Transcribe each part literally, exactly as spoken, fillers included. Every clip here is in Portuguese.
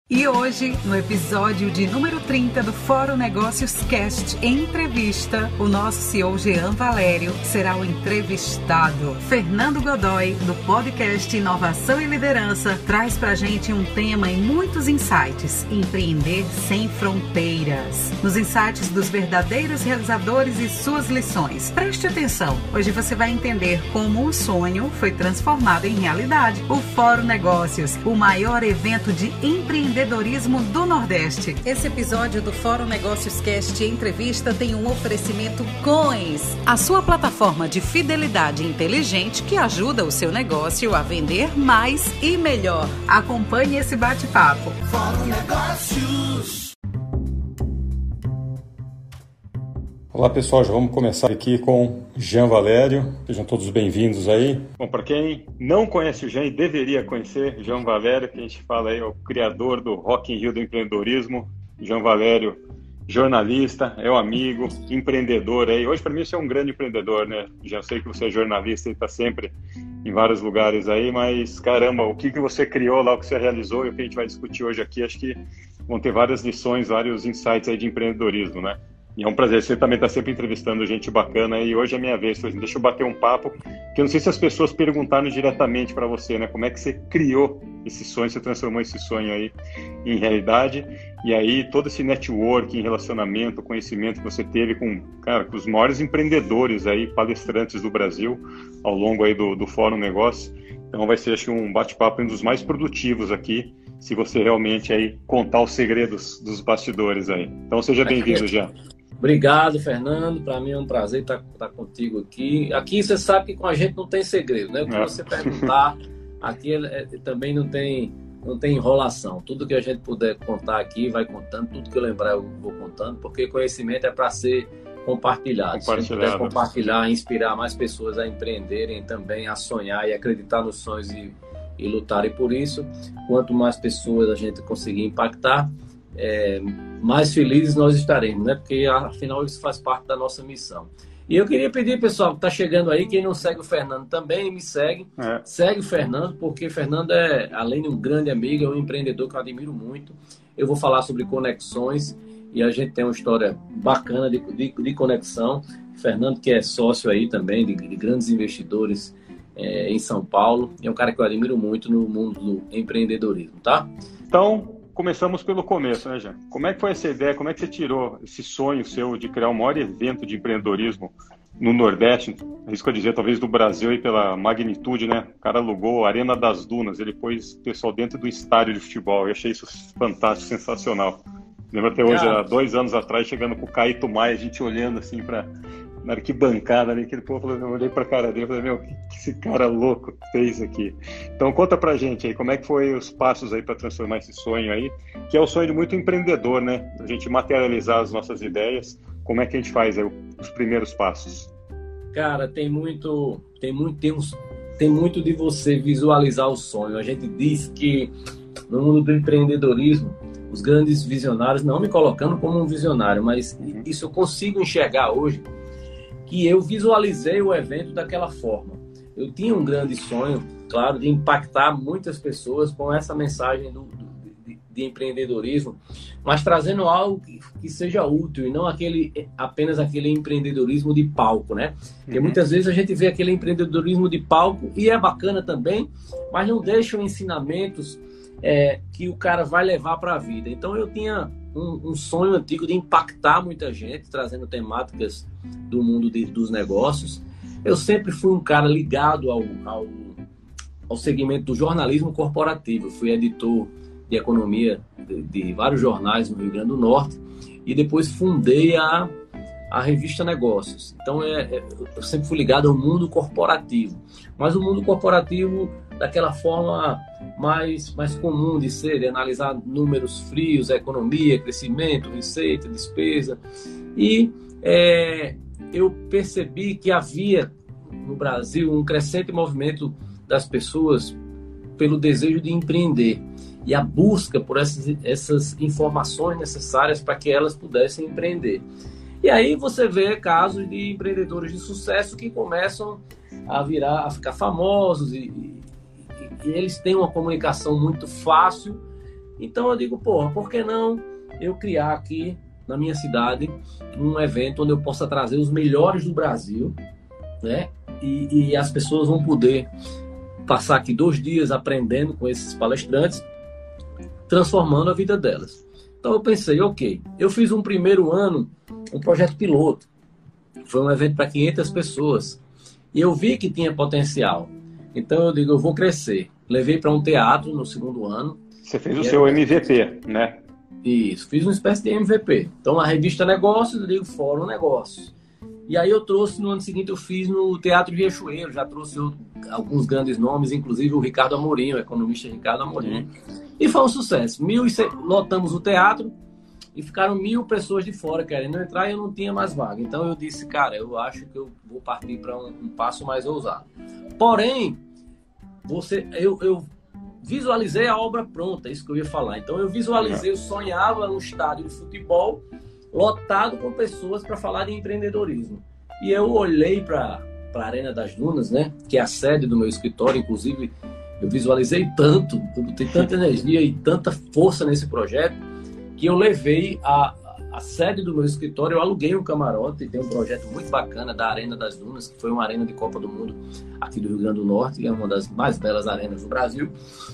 E hoje, no episódio de número trinta do Fórum Negócios Cast Entrevista, o nosso C E O Jean Valério será o entrevistado. Fernando Godoy, do podcast Inovação e Liderança, traz pra gente um tema e muitos insights: empreender sem fronteiras. Nos insights dos verdadeiros realizadores e suas lições. Preste atenção, hoje você vai entender como um sonho foi transformado em realidade. O Fórum Negócios, o maior evento de empreendedorismo Empreendedorismo do Nordeste. Esse episódio do Fórum Negócios Cast Entrevista tem um oferecimento Coins, a sua plataforma de fidelidade inteligente que ajuda o seu negócio a vender mais e melhor. Acompanhe esse bate-papo. Fórum Negócios. Olá pessoal, já vamos começar aqui com Jean Valério. Sejam todos bem-vindos aí. Bom, para quem não conhece o Jean e deveria conhecer, Jean Valério, que a gente fala aí, é o criador do Rock in Rio do empreendedorismo. Jean Valério, jornalista, é um amigo, empreendedor aí. Hoje para mim você é um grande empreendedor, né? Já sei que você é jornalista e está sempre em vários lugares aí, mas caramba, o que, que você criou lá, o que você realizou e o que a gente vai discutir hoje aqui, acho que vão ter várias lições, vários insights aí de empreendedorismo, né? E é um prazer, você também está sempre entrevistando gente bacana e hoje é minha vez, deixa eu bater um papo, que eu não sei se as pessoas perguntaram diretamente para você, né, como é que você criou esse sonho, você transformou esse sonho aí em realidade, e aí todo esse networking, relacionamento, conhecimento que você teve com, cara, com os maiores empreendedores aí, palestrantes do Brasil, ao longo aí do, do Fórum Negócio, então vai ser, acho que um bate-papo um dos mais produtivos aqui, se você realmente aí contar os segredos dos bastidores aí. Então seja bem-vindo, já. Obrigado, Fernando. Para mim é um prazer estar, estar contigo aqui. Aqui você sabe que com a gente não tem segredo, né? O que é. você perguntar, aqui é, é, também não tem, não tem enrolação. Tudo que a gente puder contar aqui, vai contando. Tudo que eu lembrar, eu vou contando, porque conhecimento é para ser compartilhado. Se a gente puder compartilhar, inspirar mais pessoas a empreenderem também, a sonhar e acreditar nos sonhos e, e lutarem por isso, quanto mais pessoas a gente conseguir impactar, É, mais felizes nós estaremos, né? Porque afinal isso faz parte da nossa missão. E eu queria pedir, pessoal, que está chegando aí, quem não segue o Fernando também me segue, é. segue o Fernando, porque o Fernando é, além de um grande amigo, é um empreendedor que eu admiro muito. Eu vou falar sobre conexões e a gente tem uma história bacana de, de, de conexão. Fernando, que é sócio aí também de, de grandes investidores é, em São Paulo, é um cara que eu admiro muito no mundo do empreendedorismo, tá? Então, começamos pelo começo, né, Jean? Como é que foi essa ideia? Como é que você tirou esse sonho seu de criar o maior evento de empreendedorismo no Nordeste? Arrisco a dizer, talvez do Brasil, aí, pela magnitude, né? O cara alugou a Arena das Dunas, ele pôs o pessoal dentro do estádio de futebol. Eu achei isso fantástico, sensacional. Lembro até hoje, há dois anos atrás, chegando com o Caíto Maia, a gente olhando assim para na arquibancada ali, aquele povo, eu olhei pra cara dele e falei, meu, o que esse cara louco fez aqui? Então conta pra gente aí, como é que foi os passos aí para transformar esse sonho aí, que é o sonho de muito empreendedor, né? A gente materializar as nossas ideias, como é que a gente faz aí os primeiros passos? Cara, tem muito, tem muito, tem, uns, tem muito de você visualizar o sonho. A gente diz que no mundo do empreendedorismo, os grandes visionários, não me colocando como um visionário, mas isso eu consigo enxergar hoje, que eu visualizei o evento daquela forma. Eu tinha um grande sonho, claro, de impactar muitas pessoas com essa mensagem do, do, de, de empreendedorismo, mas trazendo algo que, que seja útil e não aquele, apenas aquele empreendedorismo de palco, né? Porque uhum. muitas vezes a gente vê aquele empreendedorismo de palco e é bacana também, mas não deixam ensinamentos é, que o cara vai levar para a vida. Então eu tinha Um, um sonho antigo de impactar muita gente, trazendo temáticas do mundo de, dos negócios. Eu sempre fui um cara ligado ao, ao, ao segmento do jornalismo corporativo. Eu fui editor de economia de, de vários jornais no Rio Grande do Norte e depois fundei a, a revista Negócios. Então é, é, eu sempre fui ligado ao mundo corporativo, mas o mundo corporativo daquela forma mais, mais comum de ser, de analisar números frios, a economia, crescimento, receita, despesa. E é, eu percebi que havia no Brasil um crescente movimento das pessoas pelo desejo de empreender e a busca por essas, essas informações necessárias para que elas pudessem empreender. E aí você vê casos de empreendedores de sucesso que começam a virar, a ficar famosos e, e, e eles têm uma comunicação muito fácil Então eu digo, porra, por que não eu criar aqui na minha cidade um evento onde eu possa trazer os melhores do Brasil, né? E, e as pessoas vão poder passar aqui dois dias aprendendo com esses palestrantes, transformando a vida delas. Então eu pensei, ok, eu fiz um primeiro ano, um projeto piloto. Foi um evento para quinhentas pessoas. E eu vi que tinha potencial. Então eu digo, eu vou crescer. Levei para um teatro no segundo ano. Você fez o seu M V P, né? Isso, fiz uma espécie de M V P. Então a revista Negócios, eu digo Fórum Negócios. E aí eu trouxe, no ano seguinte eu fiz no Teatro Riachuelo, já trouxe alguns grandes nomes, inclusive o Ricardo Amorim, o economista Ricardo Amorim. E foi um sucesso. Mil e cem, lotamos o teatro e ficaram mil pessoas de fora querendo entrar e eu não tinha mais vaga. Então eu disse, cara, eu acho que eu vou partir para um, um passo mais ousado. Porém, você, eu, eu visualizei a obra pronta, é isso que eu ia falar. Então eu visualizei, eu sonhava num estádio de futebol lotado com pessoas para falar de empreendedorismo. E eu olhei para a Arena das Dunas, né, que é a sede do meu escritório, inclusive eu visualizei tanto, eu botei tanta energia e tanta força nesse projeto, que eu levei a, a sede do meu escritório, eu aluguei um camarote, tem um projeto muito bacana da Arena das Dunas, que foi uma arena de Copa do Mundo aqui do Rio Grande do Norte, que é uma das mais belas arenas do Brasil.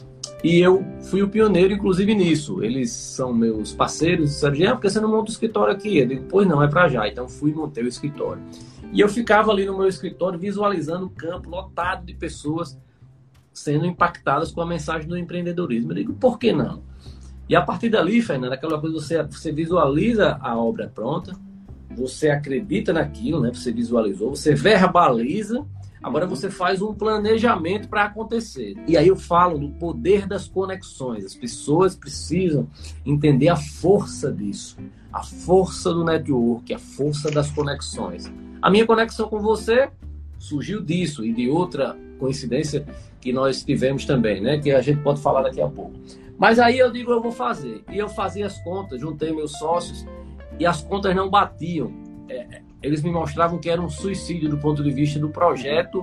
E eu fui o pioneiro, inclusive, nisso. Eles são meus parceiros, disseram, ah, por que você não monta o escritório aqui? Eu digo, pois não, é para já. Então fui e montei o escritório. E eu ficava ali no meu escritório visualizando o campo lotado de pessoas sendo impactadas com a mensagem do empreendedorismo. Eu digo, por que não? E a partir dali, Fernando, aquela coisa, você, você visualiza a obra pronta, você acredita naquilo, né? Você visualizou, você verbaliza, agora você faz um planejamento para acontecer. E aí eu falo do poder das conexões. As pessoas precisam entender a força disso, a força do network, a força das conexões. A minha conexão com você surgiu disso e de outra coincidência que nós tivemos também, né? Que a gente pode falar daqui a pouco. Mas aí eu digo, eu vou fazer. E eu fazia as contas, juntei meus sócios e as contas não batiam. É, eles me mostravam que era um suicídio do ponto de vista do projeto,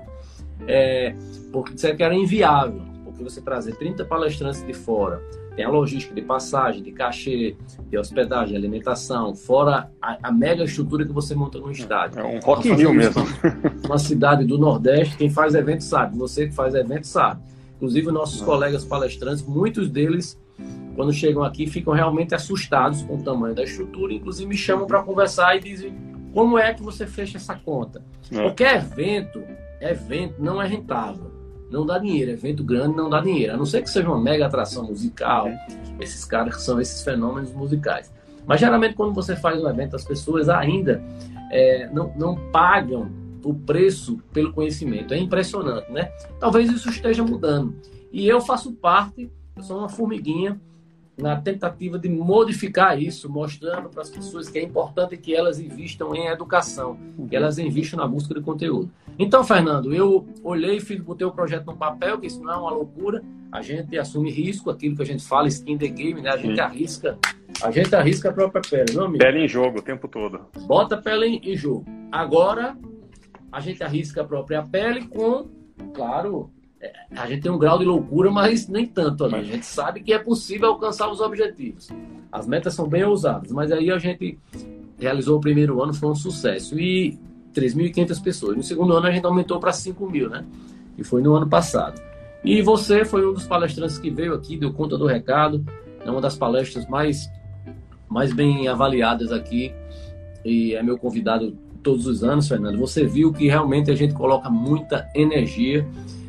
é, porque disseram que era inviável, porque você trazer trinta palestrantes de fora, tem a logística de passagem, de cachê, de hospedagem, de alimentação, fora a, a mega estrutura que você monta no estádio. É um Rock in Rio mesmo. Uma cidade do Nordeste, quem faz evento sabe, você que faz evento sabe. Inclusive, nossos Não. colegas palestrantes, muitos deles, quando chegam aqui, ficam realmente assustados com o tamanho da estrutura, inclusive me chamam para conversar e dizem, como é que você fecha essa conta? É. Porque evento, evento não é rentável, não dá dinheiro, evento grande não dá dinheiro, a não ser que seja uma mega atração musical, esses caras que são esses fenômenos musicais. Mas geralmente quando você faz um evento, as pessoas ainda é, não, não pagam o preço pelo conhecimento. É impressionante, né? Talvez isso esteja mudando. E eu faço parte, eu sou uma formiguinha na tentativa de modificar isso, mostrando para as pessoas que é importante que elas invistam em educação, que elas invistam na busca de conteúdo. Então, Fernando, eu olhei, fiz, botei o projeto no papel, que isso não é uma loucura, a gente assume risco, aquilo que a gente fala, skin the game, né? A gente Sim. arrisca, a gente arrisca a própria pele, não, amigo? Pele em jogo o tempo todo. Bota a pele em jogo. Agora, a gente arrisca a própria pele com, claro, a gente tem um grau de loucura, mas nem tanto ali. A gente sabe que é possível alcançar os objetivos. As metas são bem ousadas, mas aí a gente realizou o primeiro ano, foi um sucesso. E três mil e quinhentas pessoas. No segundo ano a gente aumentou para cinco mil, né? E foi no ano passado. E você foi um dos palestrantes que veio aqui, deu conta do recado. É uma das palestras mais, mais bem avaliadas aqui. E é meu convidado todos os anos, Fernando. Você viu que realmente a gente coloca muita energia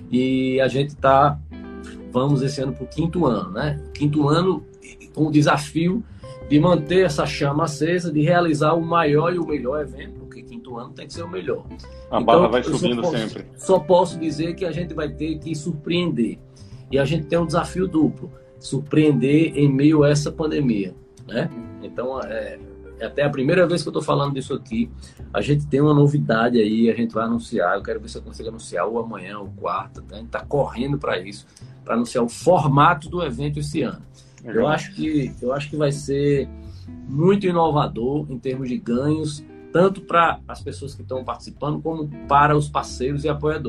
e a gente está, vamos esse ano para o quinto ano, né? Quinto ano com o desafio de manter essa chama acesa, de realizar o maior e o melhor evento, porque quinto ano tem que ser o melhor. A então, barra vai subindo só posso, sempre. Só posso dizer que a gente vai ter que surpreender. E a gente tem um desafio duplo, surpreender em meio a essa pandemia, né? Então, é... é até a primeira vez que eu estou falando disso aqui. A gente tem uma novidade aí, a gente vai anunciar. Eu quero ver se eu consigo anunciar ou amanhã ou quarta. Tá? A gente está correndo para isso, para anunciar o formato do evento esse ano. Eu acho que, eu acho que vai ser muito inovador em termos de ganhos, tanto para as pessoas que estão participando, como para os parceiros e apoiadores.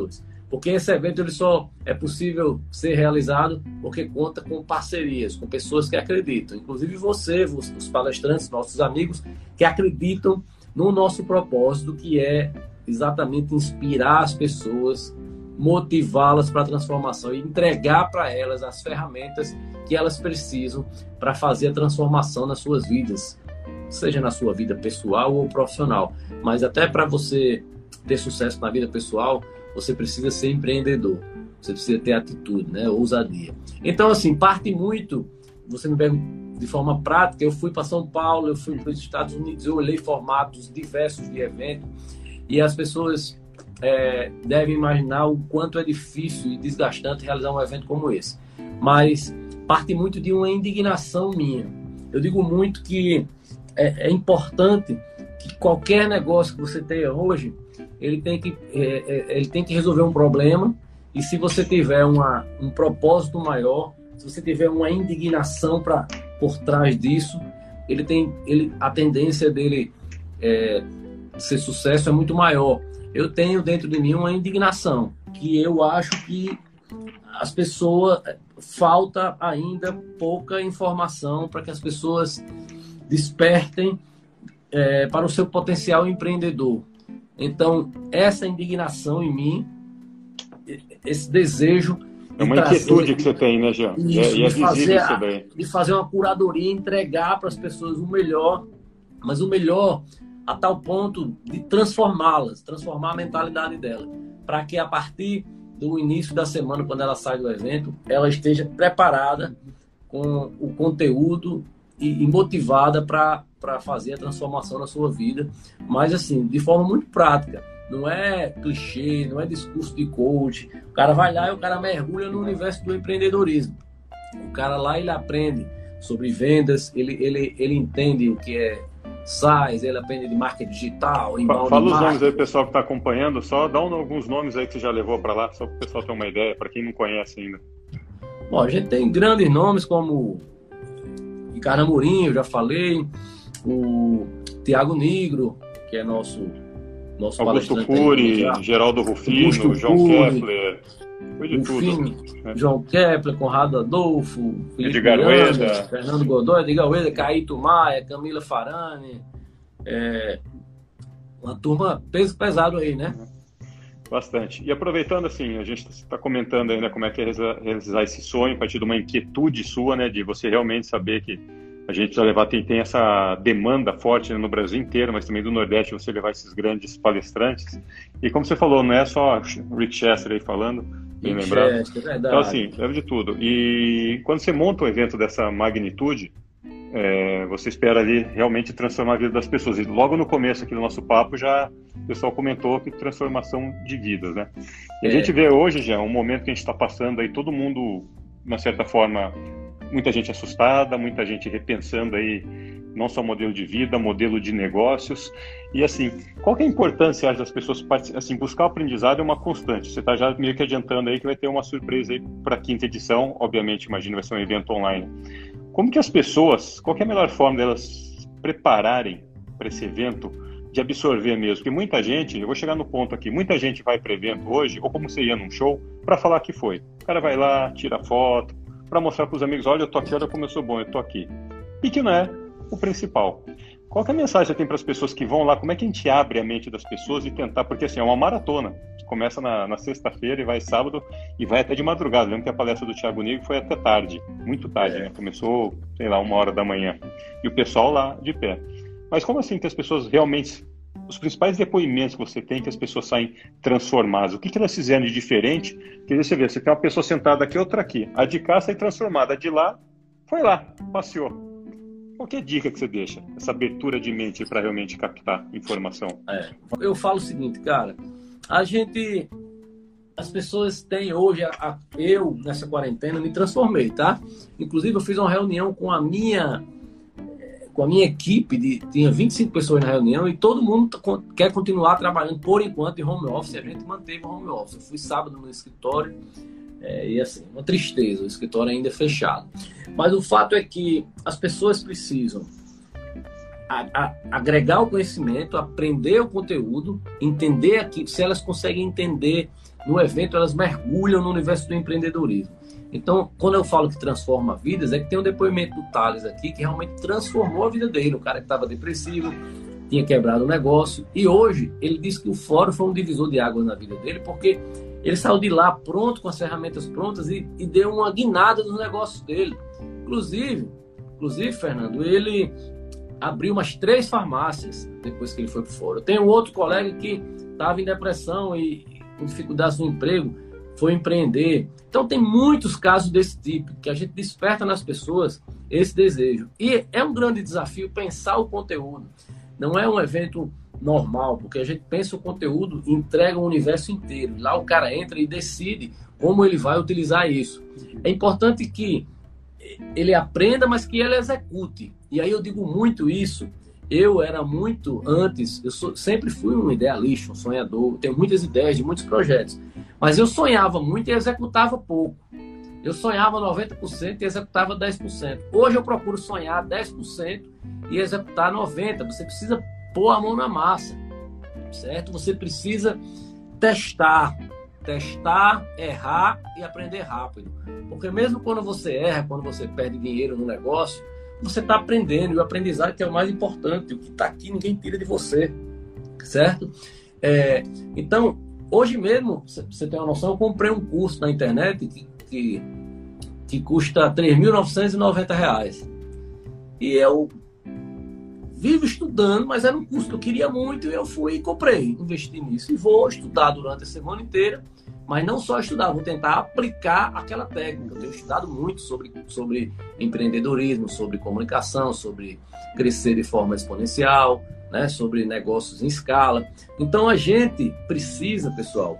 Porque esse evento ele só é possível ser realizado porque conta com parcerias, com pessoas que acreditam. Inclusive você, os palestrantes, nossos amigos, que acreditam no nosso propósito, que é exatamente inspirar as pessoas, motivá-las para a transformação e entregar para elas as ferramentas que elas precisam para fazer a transformação nas suas vidas, seja na sua vida pessoal ou profissional. Mas até para você ter sucesso na vida pessoal, você precisa ser empreendedor, você precisa ter atitude, né? Ousadia. Então, assim, parte muito, você me pergunta de forma prática, eu fui para São Paulo, eu fui para os Estados Unidos, eu olhei formatos diversos de evento, e as pessoas é, devem imaginar o quanto é difícil e desgastante realizar um evento como esse. Mas parte muito de uma indignação minha. Eu digo muito que é, é importante que qualquer negócio que você tenha hoje, ele tem que, é, é, ele tem que resolver um problema, e se você tiver uma, um propósito maior, se você tiver uma indignação pra, por trás disso, ele tem, ele, a tendência dele é, ser sucesso é muito maior. Eu tenho dentro de mim uma indignação, que eu acho que as pessoas, falta ainda pouca informação para que as pessoas despertem é, para o seu potencial empreendedor. Então, essa indignação em mim, esse desejo... É uma trazer, inquietude que você tem, né, Jean? Isso, e é, de, fazer a, de fazer uma curadoria, entregar para as pessoas o melhor, mas o melhor a tal ponto de transformá-las, transformar a mentalidade dela, para que a partir do início da semana, quando ela sai do evento, ela esteja preparada com o conteúdo e, e motivada para para fazer a transformação na sua vida, mas assim, de forma muito prática. Não é clichê, não é discurso de coach. O cara vai lá e o cara mergulha no universo do empreendedorismo. O cara lá, ele aprende sobre vendas, ele, ele, ele entende o que é S A I S, ele aprende de marketing digital. Fala os nomes aí, pessoal que está acompanhando, só dá um, alguns nomes aí que você já levou para lá, só para o pessoal ter uma ideia, para quem não conhece ainda. Bom, a gente tem grandes nomes como Ricardo Amorim, eu já falei, o Tiago Negro, que é nosso, nosso Augusto Cury, Geraldo Rufino, Augusto João Cury, Kepler, foi de Rufino, tudo. Né? João Kepler, Conrado Adolfo, Felipe Edgar Ueda, Fernando Godoy, Edgar Ueda, Caíto Maia, Camila Farani, é, uma turma peso pesado aí, né? Bastante. E aproveitando, assim, a gente está comentando ainda como é que é realizar esse sonho a partir de uma inquietude sua, né, de você realmente saber que a gente precisa levar, tem, tem essa demanda forte, né, no Brasil inteiro, mas também do Nordeste, você levar esses grandes palestrantes. E como você falou, não é só Rick Chester aí falando, bem Rick lembrado. Chester, verdade. Então, assim, leva de tudo. E quando você monta um evento dessa magnitude, é, você espera ali realmente transformar a vida das pessoas. E logo no começo aqui do nosso papo, já o pessoal comentou que transformação de vidas, né? E a é. gente vê hoje, já, um momento que a gente está passando aí, todo mundo, de uma certa forma, muita gente assustada, muita gente repensando aí não só modelo de vida, modelo de negócios. E assim, qual que é a importância das pessoas, assim, buscar o aprendizado é uma constante. Você está já meio que adiantando aí que vai ter uma surpresa aí para a quinta edição, obviamente, imagino vai ser um evento online. Como que as pessoas, qual que é a melhor forma delas prepararem para esse evento, de absorver mesmo? Porque muita gente, eu vou chegar no ponto aqui, muita gente vai para evento hoje, ou como você ia num show, para falar que foi. O cara vai lá, tira foto, para mostrar para os amigos, olha, eu tô aqui, olha como eu sou bom, eu tô aqui. E que não é o principal. Qual que é a mensagem que você tem para as pessoas que vão lá? Como é que a gente abre a mente das pessoas e tentar, porque assim, é uma maratona, que começa na, na sexta-feira e vai sábado e vai até de madrugada. Lembro que a palestra do Tiago Negro foi até tarde, muito tarde, né? Começou, sei lá, uma hora da manhã. E o pessoal lá de pé. Mas como assim que as pessoas realmente, os principais depoimentos que você tem, que as pessoas saem transformadas? O que, que elas fizeram de diferente? Porque você vê, você tem uma pessoa sentada aqui, outra aqui. A de cá sai transformada, a de lá foi lá, passeou. Qual que é a dica que você deixa? Essa abertura de mente para realmente captar informação. É, eu falo o seguinte, cara. A gente... As pessoas têm hoje... A, a, eu, nessa quarentena, me transformei, tá? Inclusive, eu fiz uma reunião com a minha... Com a minha equipe. De, tinha vinte e cinco pessoas na reunião e todo mundo quer continuar trabalhando, por enquanto, em home office. E a gente manteve o home office. Eu fui sábado no escritório. É, e assim, uma tristeza, o escritório ainda é fechado. Mas o fato é que as pessoas precisam a, a, agregar o conhecimento, aprender o conteúdo, entender aqui, se elas conseguem entender no evento, elas mergulham no universo do empreendedorismo. Então, quando eu falo que transforma vidas, é que tem um depoimento do Thales aqui que realmente transformou a vida dele. O cara que estava depressivo, tinha quebrado o negócio, e hoje ele disse que o fórum foi um divisor de águas na vida dele, porque ele saiu de lá pronto, com as ferramentas prontas, e, e deu uma guinada nos negócios dele. Inclusive, inclusive, Fernando, ele abriu umas três farmácias depois que ele foi para o fórum. Eu tenho um outro colega que estava em depressão e, e com dificuldades no emprego, foi empreender. Então tem muitos casos desse tipo, que a gente desperta nas pessoas esse desejo. E é um grande desafio pensar o conteúdo. Não é um evento normal, porque a gente pensa o conteúdo e entrega o universo inteiro. Lá o cara entra e decide como ele vai utilizar isso. É importante que ele aprenda, mas que ele execute. E aí eu digo muito isso. Eu era muito antes, eu sou, sempre fui um idealista, um sonhador, tenho muitas ideias de muitos projetos, mas eu sonhava muito e executava pouco. Eu sonhava noventa por cento e executava dez por cento. Hoje eu procuro sonhar dez por cento e executar noventa por cento. Você precisa pôr a mão na massa, certo? Você precisa testar, testar, errar e aprender rápido. Porque mesmo quando você erra, quando você perde dinheiro no negócio, você está aprendendo, e o aprendizado que é o mais importante, o que está aqui ninguém tira de você, certo? É, então, hoje mesmo, você tem uma noção, eu comprei um curso na internet que, que, que custa três mil novecentos e noventa reais. E eu vivo estudando, mas era um curso que eu queria muito, e eu fui e comprei, investi nisso. E vou estudar durante a semana inteira, mas não só estudar, vou tentar aplicar aquela técnica. Eu tenho estudado muito sobre, sobre empreendedorismo, sobre comunicação, sobre crescer de forma exponencial, né, sobre negócios em escala. Então a gente precisa, pessoal,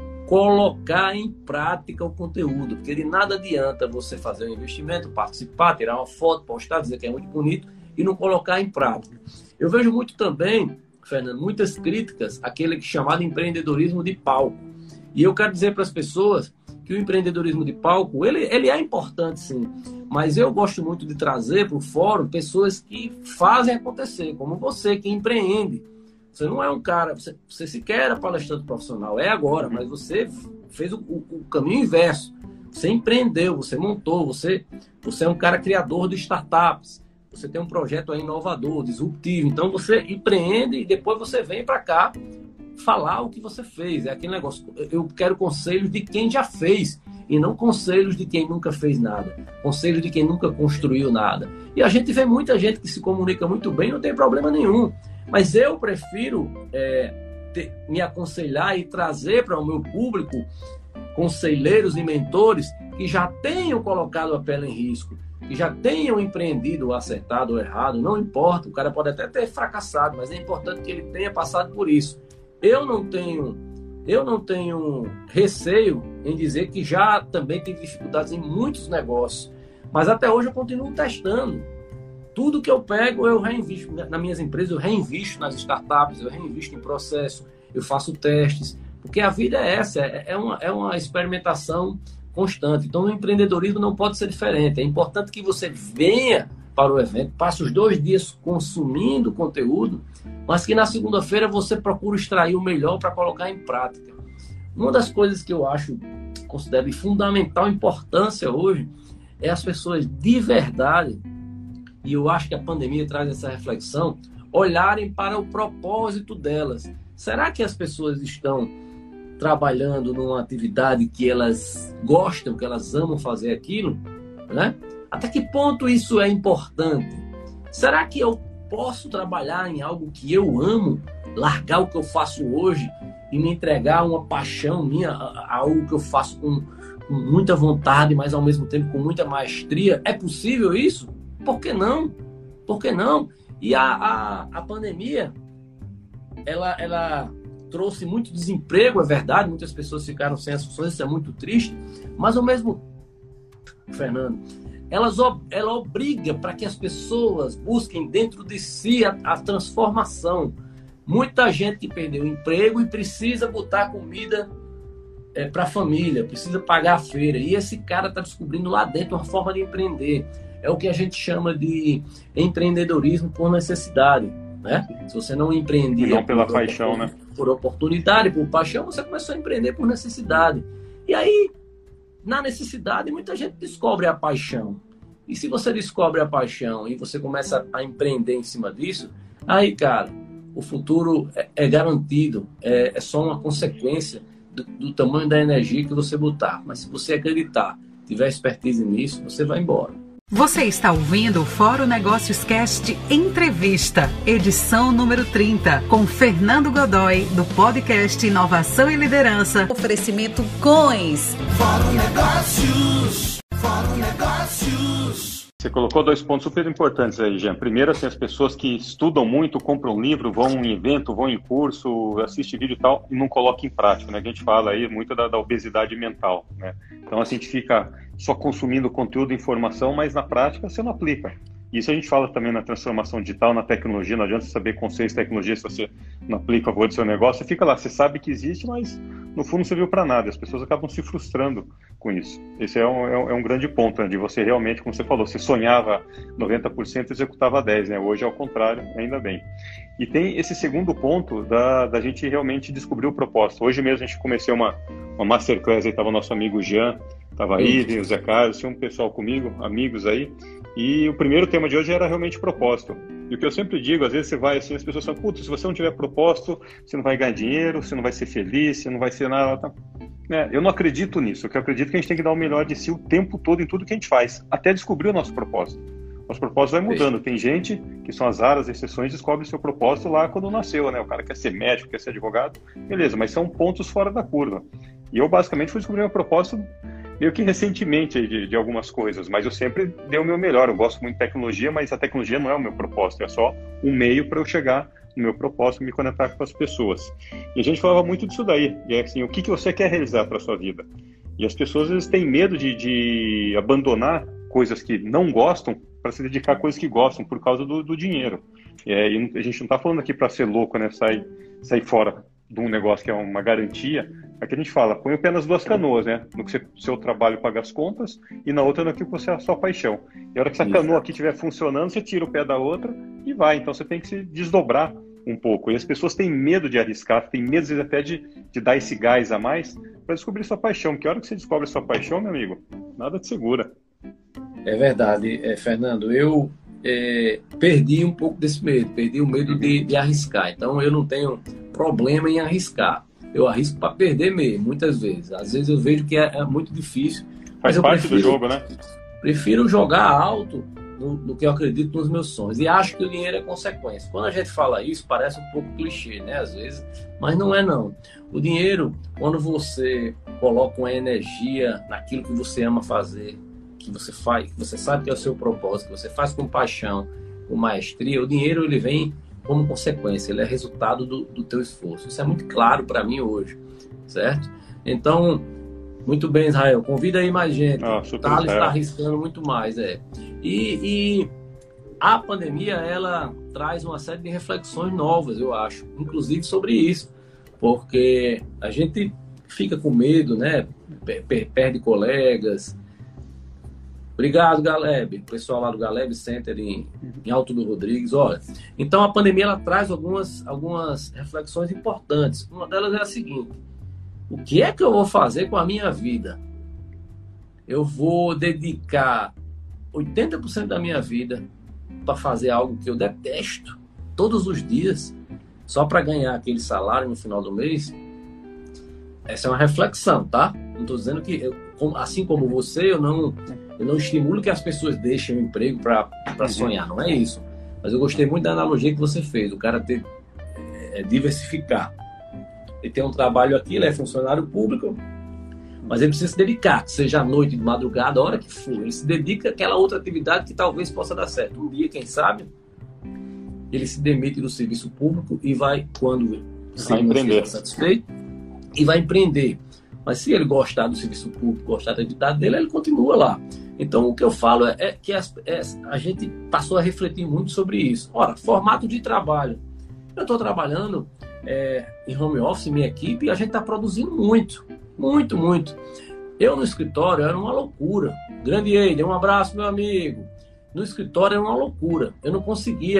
colocar em prática o conteúdo, porque de nada adianta você fazer um investimento, participar, tirar uma foto, postar, dizer que é muito bonito e não colocar em prática. Eu vejo muito também, Fernando, muitas críticas àquele que é chamado empreendedorismo de palco. E eu quero dizer para as pessoas que o empreendedorismo de palco, ele, ele é importante sim, mas eu gosto muito de trazer para o fórum pessoas que fazem acontecer, como você que empreende. Você não é um cara, você, você sequer era palestrante profissional, é agora, mas você fez o, o, o caminho inverso. Você empreendeu, você montou, você, você é um cara criador de startups, você tem um projeto aí inovador, disruptivo, então você empreende e depois você vem para cá falar o que você fez. É aquele negócio, eu quero conselhos de quem já fez e não conselhos de quem nunca fez nada, conselhos de quem nunca construiu nada. E a gente vê muita gente que se comunica muito bem, não tem problema nenhum, mas eu prefiro é, ter, me aconselhar e trazer para o meu público conselheiros e mentores que já tenham colocado a pele em risco, que já tenham empreendido, acertado ou errado, não importa, o cara pode até ter fracassado, mas é importante que ele tenha passado por isso. Eu não tenho, eu não tenho receio em dizer que já também tive dificuldades em muitos negócios, mas até hoje eu continuo testando. Tudo que eu pego, eu reinvisto nas minhas empresas, eu reinvisto nas startups, eu reinvisto em processo, eu faço testes, porque a vida é essa, é uma, é uma experimentação constante. Então, o empreendedorismo não pode ser diferente. É importante que você venha para o evento, passe os dois dias consumindo conteúdo, mas que na segunda-feira você procure extrair o melhor para colocar em prática. Uma das coisas que eu acho, considero de fundamental importância hoje, é as pessoas de verdade, e eu acho que a pandemia traz essa reflexão, olharem para o propósito delas. Será que as pessoas estão trabalhando numa atividade que elas gostam, que elas amam fazer aquilo, né? Até que ponto isso é importante? Será que eu posso trabalhar em algo que eu amo, largar o que eu faço hoje e me entregar uma paixão minha, a algo que eu faço com, com muita vontade, mas ao mesmo tempo com muita maestria? É possível isso? Por que não? Por que não? E a, a, a pandemia, ela, ela trouxe muito desemprego, é verdade, muitas pessoas ficaram sem as funções, isso é muito triste, mas ao mesmo tempo, Fernando, Elas, ela obriga para que as pessoas busquem dentro de si a, a transformação. Muita gente que perdeu o emprego e precisa botar comida é, para a família, precisa pagar a feira. E esse cara está descobrindo lá dentro uma forma de empreender. É o que a gente chama de empreendedorismo por necessidade. né? Se você não empreendia... E não pela por, paixão, por, né? Por oportunidade, por paixão, você começou a empreender por necessidade. E aí, na necessidade, muita gente descobre a paixão. E se você descobre a paixão e você começa a empreender em cima disso, aí, cara, o futuro é, é garantido. É, é só uma consequência do, do tamanho da energia que você botar. Mas se você acreditar, tiver expertise nisso, você vai embora. Você está ouvindo o Fórum Negócios Cast Entrevista, edição número trinta, com Fernando Godoy, do podcast Inovação e Liderança. Oferecimento Coins. Fórum Negócios. Fórum Negócios. Você colocou dois pontos super importantes aí, Jean. Primeiro, assim, as pessoas que estudam muito, compram um livro, vão em evento, vão em curso, assistem vídeo e tal, e não colocam em prática, né? A gente fala aí muito da, da obesidade mental, né? Então, assim, a gente fica só consumindo conteúdo e informação, mas na prática você não aplica. Isso a gente fala também na transformação digital, na tecnologia. Não adianta você saber conceitos de tecnologia se você não aplica a favor do seu negócio. Você fica lá, você sabe que existe, mas no fundo não serviu para nada. As pessoas acabam se frustrando com isso. Esse é um, é um, é um grande ponto, né? De você realmente, como você falou, você sonhava noventa por cento e executava dez por cento, né? Hoje é ao contrário, ainda bem. E tem esse segundo ponto da, da gente realmente descobrir o propósito. Hoje mesmo a gente começou uma, uma masterclass, aí estava o nosso amigo Jean, estava aí, o Zé Carlos, tinha um pessoal comigo, amigos aí. E o primeiro tema de hoje era realmente propósito. E o que eu sempre digo, às vezes você vai assim, as pessoas falam, putz, se você não tiver propósito, você não vai ganhar dinheiro, você não vai ser feliz, você não vai ser nada. Tá? É, eu não acredito nisso, eu acredito que a gente tem que dar o melhor de si o tempo todo em tudo que a gente faz, até descobrir o nosso propósito. Nosso propósito vai mudando. Tem gente que são as raras exceções, descobre o seu propósito lá quando nasceu, né? O cara quer ser médico, quer ser advogado, beleza, mas são pontos fora da curva. E eu basicamente fui descobrir meu propósito meio que recentemente de, de algumas coisas, mas eu sempre dei o meu melhor. Eu gosto muito de tecnologia, mas a tecnologia não é o meu propósito, é só um meio para eu chegar no meu propósito, me conectar com as pessoas. E a gente falava muito disso daí, e é assim, o que, que você quer realizar para a sua vida? E as pessoas às vezes têm medo de, de abandonar coisas que não gostam para se dedicar a coisas que gostam por causa do, do dinheiro. É, e a gente não está falando aqui para ser louco, né? Sair, sair fora de um negócio que é uma garantia. Aqui a gente fala, põe o pé nas duas canoas, né? No que o seu trabalho paga as contas e na outra no que você é a sua paixão. E a hora que essa Exato. Canoa aqui estiver funcionando, você tira o pé da outra e vai. Então você tem que se desdobrar um pouco. E as pessoas têm medo de arriscar, têm medo às vezes até de, de dar esse gás a mais para descobrir sua paixão. Porque a hora que você descobre a sua paixão, meu amigo, nada te segura. É verdade, é, Fernando. Eu é, perdi um pouco desse medo, perdi o medo de, de arriscar. Então eu não tenho problema em arriscar. Eu arrisco para perder mesmo, muitas vezes. Às vezes eu vejo que é, é muito difícil. Faz mas parte prefiro, do jogo, né? Prefiro jogar alto no, no que eu acredito nos meus sonhos. E acho que o dinheiro é consequência. Quando a gente fala isso, parece um pouco clichê, né? Às vezes, mas não é não. O dinheiro, quando você coloca uma energia naquilo que você ama fazer, que você faz, que você sabe que é o seu propósito, que você faz com paixão, com maestria, o dinheiro ele vem como consequência, ele é resultado do, do teu esforço. Isso é muito claro para mim hoje, certo? Então, muito bem, Israel, convida aí mais gente. Ah, o Thales está arriscando muito mais, é. E, e a pandemia, ela traz uma série de reflexões novas, eu acho, inclusive sobre isso, porque a gente fica com medo, né? Perde colegas. Obrigado, Galeb, pessoal lá do Galeb Center em, em Alto do Rodrigues. Olha, então a pandemia ela traz algumas, algumas reflexões importantes. Uma delas é a seguinte: o que é que eu vou fazer com a minha vida? Eu vou dedicar oitenta por cento da minha vida para fazer algo que eu detesto todos os dias, só para ganhar aquele salário no final do mês? Essa é uma reflexão, tá? Não estou dizendo que, eu, assim como você, eu não, eu não estimulo que as pessoas deixem o emprego para sonhar, não é isso. Mas eu gostei muito da analogia que você fez, o cara ter, é, diversificar. Ele tem um trabalho aqui, ele é funcionário público, mas ele precisa se dedicar, seja à noite, de madrugada, a hora que for. Ele se dedica àquela outra atividade que talvez possa dar certo. Um dia, quem sabe, ele se demite do serviço público e vai, quando se não estiver satisfeito, e vai empreender. Mas se ele gostar do serviço público, gostar da atividade dele, ele continua lá. Então, o que eu falo é, é que as, é, a gente passou a refletir muito sobre isso. Ora, formato de trabalho. Eu estou trabalhando é, em home office, minha equipe, e a gente está produzindo muito, muito, muito. Eu no escritório era uma loucura. Grande Eider, um abraço, meu amigo. No escritório era uma loucura. Eu não conseguia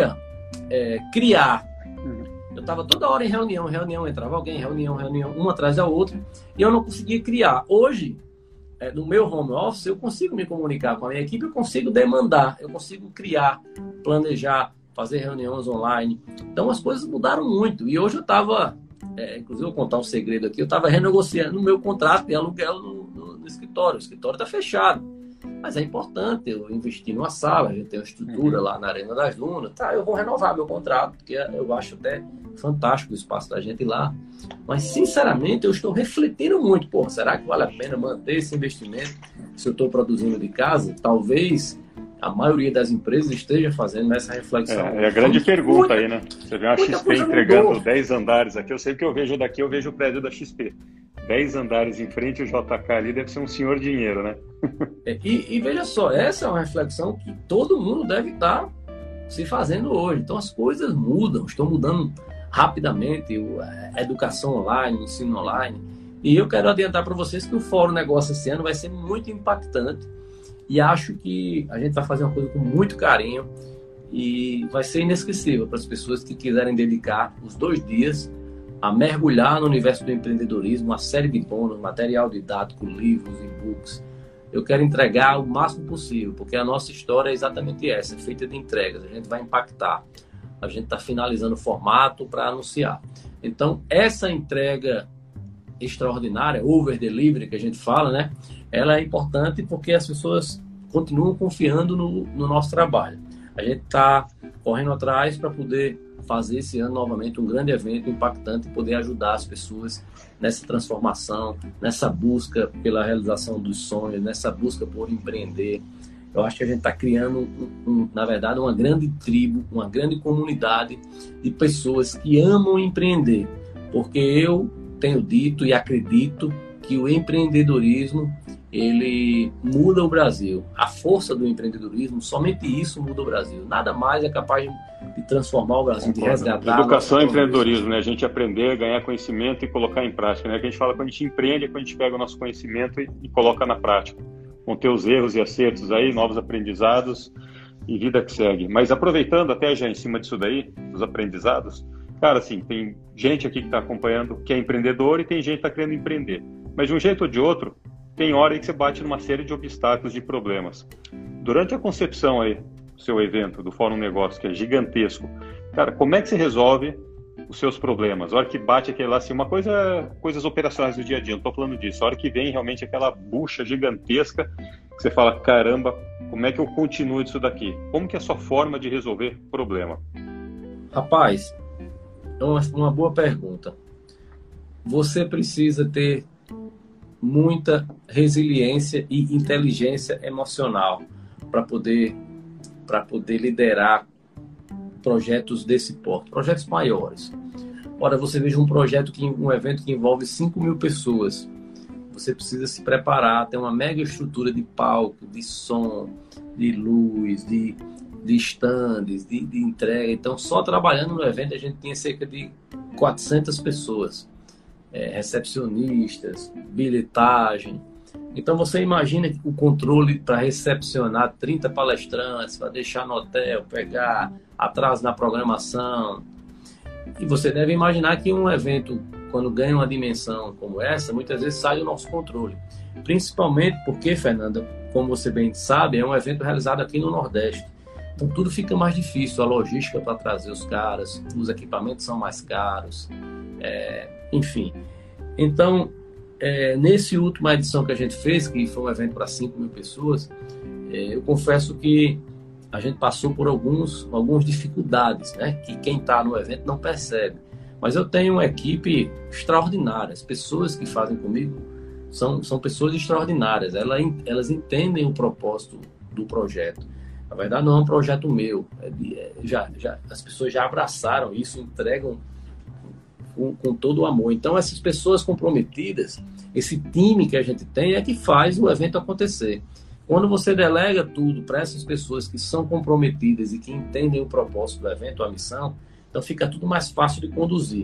é, criar. Eu estava toda hora em reunião, reunião, entrava alguém, reunião, reunião, uma atrás da outra, e eu não conseguia criar. Hoje, é, no meu home office, eu consigo me comunicar com a minha equipe, eu consigo demandar, eu consigo criar, planejar, fazer reuniões online. Então, as coisas mudaram muito. E hoje eu estava, é, inclusive, eu vou contar um segredo aqui, eu estava renegociando o meu contrato de aluguel no, no, no escritório. O escritório está fechado. Mas é importante eu investir numa sala, a gente tem uma estrutura lá na Arena das Dunas, tá, eu vou renovar meu contrato, porque eu acho até fantástico o espaço da gente lá. Mas, sinceramente, eu estou refletindo muito, pô, será que vale a pena manter esse investimento se eu estou produzindo de casa? Talvez a maioria das empresas esteja fazendo essa reflexão. É, é a grande então, pergunta muita, aí, né? Você vê uma X P entregando dez andares aqui, eu sei que eu vejo daqui, eu vejo o prédio da X P. dez andares em frente, o J K ali deve ser um senhor dinheiro, né? É, e, e veja só, essa é uma reflexão que todo mundo deve estar se fazendo hoje. Então as coisas mudam, estão mudando rapidamente, a educação online, o ensino online. E eu quero adiantar para vocês que o Fórum Negócio esse ano vai ser muito impactante e acho que a gente vai fazer uma coisa com muito carinho e vai ser inesquecível para as pessoas que quiserem dedicar os dois dias a mergulhar no universo do empreendedorismo, uma série de bônus, material didático, livros, e-books. Eu quero entregar o máximo possível, porque a nossa história é exatamente essa, é feita de entregas. A gente vai impactar. A gente está finalizando o formato para anunciar. Então, essa entrega extraordinária, over delivery, que a gente fala, né? Ela é importante porque as pessoas continuam confiando no, no nosso trabalho. A gente está correndo atrás para poder fazer esse ano novamente um grande evento impactante e poder ajudar as pessoas nessa transformação, nessa busca pela realização dos sonhos, nessa busca por empreender. Eu acho que a gente está criando, um, um, na verdade, uma grande tribo, uma grande comunidade de pessoas que amam empreender, porque eu tenho dito e acredito que o empreendedorismo ele muda o Brasil. A força do empreendedorismo, somente isso muda o Brasil. Nada mais é capaz de transformar o Brasil, de resgatar. Educação e empreendedorismo, né? A gente aprender, ganhar conhecimento e colocar em prática, né? Que a gente fala quando a gente empreende é quando a gente pega o nosso conhecimento e, e coloca na prática. Com ter os erros e acertos aí, novos aprendizados e vida que segue. Mas aproveitando até já em cima disso daí, dos aprendizados, cara, assim, tem gente aqui que está acompanhando que é empreendedor e tem gente que está querendo empreender. Mas de um jeito ou de outro, tem hora aí que você bate numa série de obstáculos, de problemas. Durante a concepção aí do seu evento, do Fórum Negócio, que é gigantesco, cara, como é que você resolve os seus problemas? A hora que bate aquele lá, assim, uma coisa, coisas operacionais do dia a dia, não estou falando disso. A hora que vem realmente aquela bucha gigantesca, que você fala, caramba, como é que eu continuo disso daqui? Como que é a sua forma de resolver problema? Rapaz, é uma, uma boa pergunta. Você precisa ter muita resiliência e inteligência emocional para poder, para poder liderar projetos desse porte, projetos maiores. Ora, você veja um projeto, que, um evento que envolve cinco mil pessoas. Você precisa se preparar, ter uma mega estrutura de palco, de som, de luz, de, de stands, de, de entrega. Então, só trabalhando no evento, a gente tinha cerca de quatrocentas pessoas. É, recepcionistas, bilhetagem. Então você imagina o controle para recepcionar trinta palestrantes, para deixar no hotel, pegar atraso na programação. E você deve imaginar que um evento, quando ganha uma dimensão como essa, muitas vezes sai do nosso controle. Principalmente porque, Fernanda, como você bem sabe, é um evento realizado aqui no Nordeste. Então tudo fica mais difícil, a logística para trazer os caras, os equipamentos são mais caros, é, enfim. Então, é, nesse última edição que a gente fez, que foi um evento para cinco mil pessoas, é, eu confesso que a gente passou por alguns, algumas dificuldades, né, que quem está no evento não percebe. Mas eu tenho uma equipe extraordinária, as pessoas que fazem comigo são, são pessoas extraordinárias, elas, elas entendem o propósito do projeto. Na verdade, não é um projeto meu. É de, é, já, já, as pessoas já abraçaram isso, entregam com, com todo o amor. Então, essas pessoas comprometidas, esse time que a gente tem, é que faz o evento acontecer. Quando você delega tudo para essas pessoas que são comprometidas e que entendem o propósito do evento, a missão, então fica tudo mais fácil de conduzir.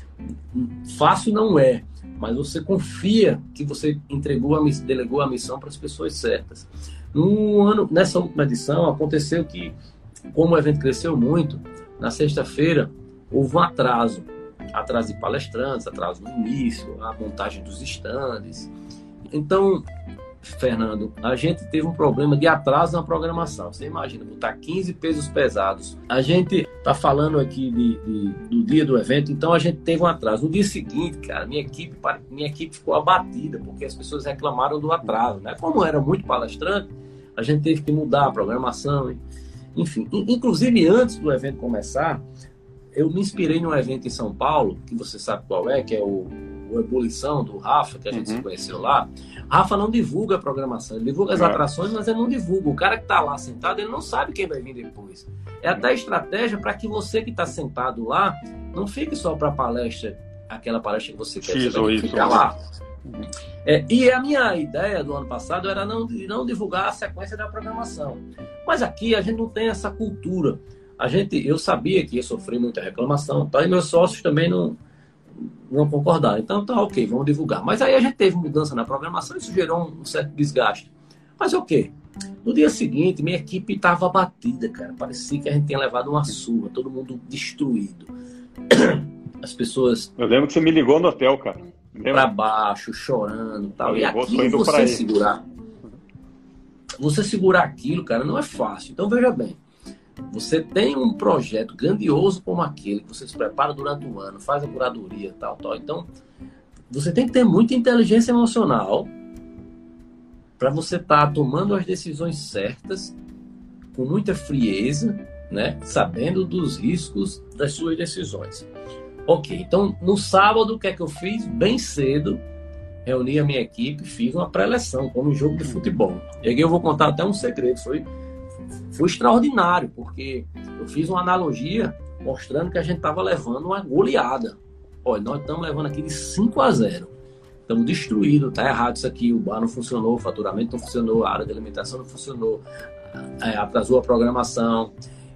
Fácil não é, mas você confia que você entregou a, delegou a missão para as pessoas certas. No ano, nessa última edição, aconteceu que, como o evento cresceu muito, na sexta-feira, houve um atraso. Atraso de palestrantes, atraso no início, a montagem dos estandes. Então, Fernando, a gente teve um problema de atraso na programação. Você imagina, botar quinze pesos pesados. A gente tá falando aqui de, de, do dia do evento, então a gente teve um atraso. No dia seguinte, cara, minha equipe, minha equipe ficou abatida, porque as pessoas reclamaram do atraso, né? Como era muito palestrante, a gente teve que mudar a programação, enfim. Inclusive, antes do evento começar, eu me inspirei num evento em São Paulo, que você sabe qual é, que é o, o Ebulição, do Rafa, que a gente uhum. se conheceu lá. Rafa não divulga a programação, ele divulga as é. atrações, mas ele não divulga. O cara que está lá sentado, ele não sabe quem vai vir depois. É até estratégia para que você que está sentado lá, não fique só para a palestra, aquela palestra que você quer, você vai ficar lá. Uhum. É, e a minha ideia do ano passado era não, não divulgar a sequência da programação. Mas aqui a gente não tem essa cultura. A gente, eu sabia que ia sofrer muita reclamação, tá? E meus sócios também não, não concordaram. Então, tá ok, vamos divulgar. Mas aí a gente teve mudança na programação, isso gerou um, um certo desgaste. Mas ok. No dia seguinte, minha equipe estava abatida, cara. Parecia que a gente tinha levado uma surra, todo mundo destruído. As pessoas... Eu lembro que você me ligou no hotel, cara. Para baixo, chorando e tal. Eu e aquilo você segurar. Você segurar aquilo, cara, não é fácil. Então, veja bem. Você tem um projeto grandioso como aquele, que você se prepara durante um ano, faz a curadoria, tal, tal. Então, você tem que ter muita inteligência emocional para você estar tá tomando as decisões certas, com muita frieza, né? Sabendo dos riscos das suas decisões. Ok, então, no sábado, o que é que eu fiz? Bem cedo, reuni a minha equipe, fiz uma pré-eleção, como um jogo de futebol. E aqui eu vou contar até um segredo, foi... Foi extraordinário, porque eu fiz uma analogia mostrando que a gente estava levando uma goleada. Olha, nós estamos levando aqui de cinco a zero. Estamos destruídos, tá errado isso aqui. O bar não funcionou, o faturamento não funcionou, a área de alimentação não funcionou, é, atrasou a programação.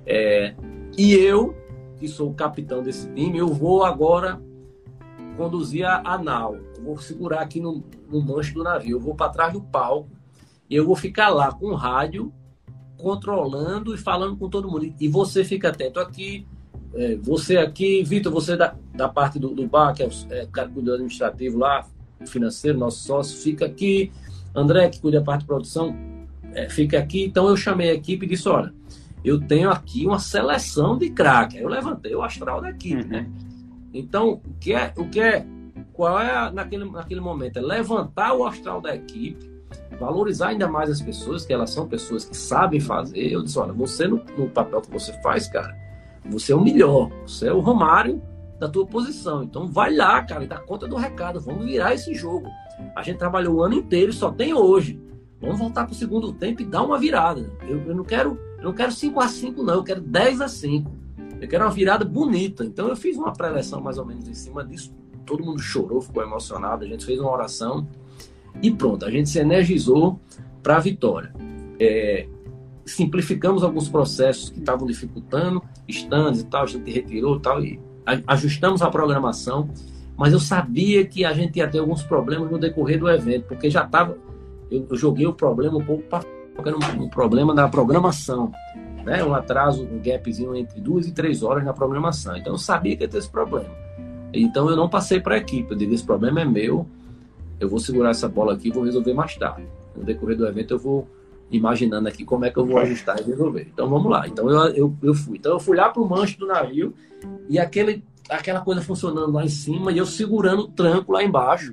É, e eu, que sou o capitão desse time, eu vou agora conduzir a, a nau. Eu vou segurar aqui no, no manche do navio. Eu vou para trás do palco e eu vou ficar lá com o rádio, controlando e falando com todo mundo. E você fica atento aqui, é, você aqui, Vitor, você da, da parte do, do bar, que é o é, cara que cuida do administrativo lá, financeiro, nosso sócio, fica aqui. André, que cuida da parte de produção, é, fica aqui. Então eu chamei a equipe e disse, olha, eu tenho aqui uma seleção de craque. Eu levantei o astral da equipe, uhum. né? Então, o que é, o que é, qual é a, naquele, naquele momento? É levantar o astral da equipe, valorizar ainda mais as pessoas, que elas são pessoas que sabem fazer. Eu disse, olha, você no, no papel que você faz, cara, você é o melhor, você é o Romário da tua posição, então vai lá, cara, e dá conta do recado, vamos virar esse jogo. A gente trabalhou o ano inteiro e só tem hoje, vamos voltar pro segundo tempo e dar uma virada. Eu, eu não quero eu não quero cinco a cinco não, eu quero dez a cinco, eu quero uma virada bonita. Então eu fiz uma pré-eleção mais ou menos em cima disso, todo mundo chorou, ficou emocionado, a gente fez uma oração e pronto, a gente se energizou para a vitória. É, simplificamos alguns processos que estavam dificultando, stands e tal, a gente retirou e tal, e ajustamos a programação, mas eu sabia que a gente ia ter alguns problemas no decorrer do evento, porque já estava, eu, eu joguei o problema um pouco para um, um problema da programação, né? Um atraso, um gapzinho entre duas e três horas na programação, então eu sabia que ia ter esse problema. Então eu não passei para a equipe, eu digo, esse problema é meu, eu vou segurar essa bola aqui e vou resolver mais tarde. No decorrer do evento eu vou imaginando aqui como é que eu vou ajustar e resolver. Então vamos lá. Então eu, eu, eu fui. Então eu fui lá pro manche do navio e aquele, aquela coisa funcionando lá em cima e eu segurando o tranco lá embaixo.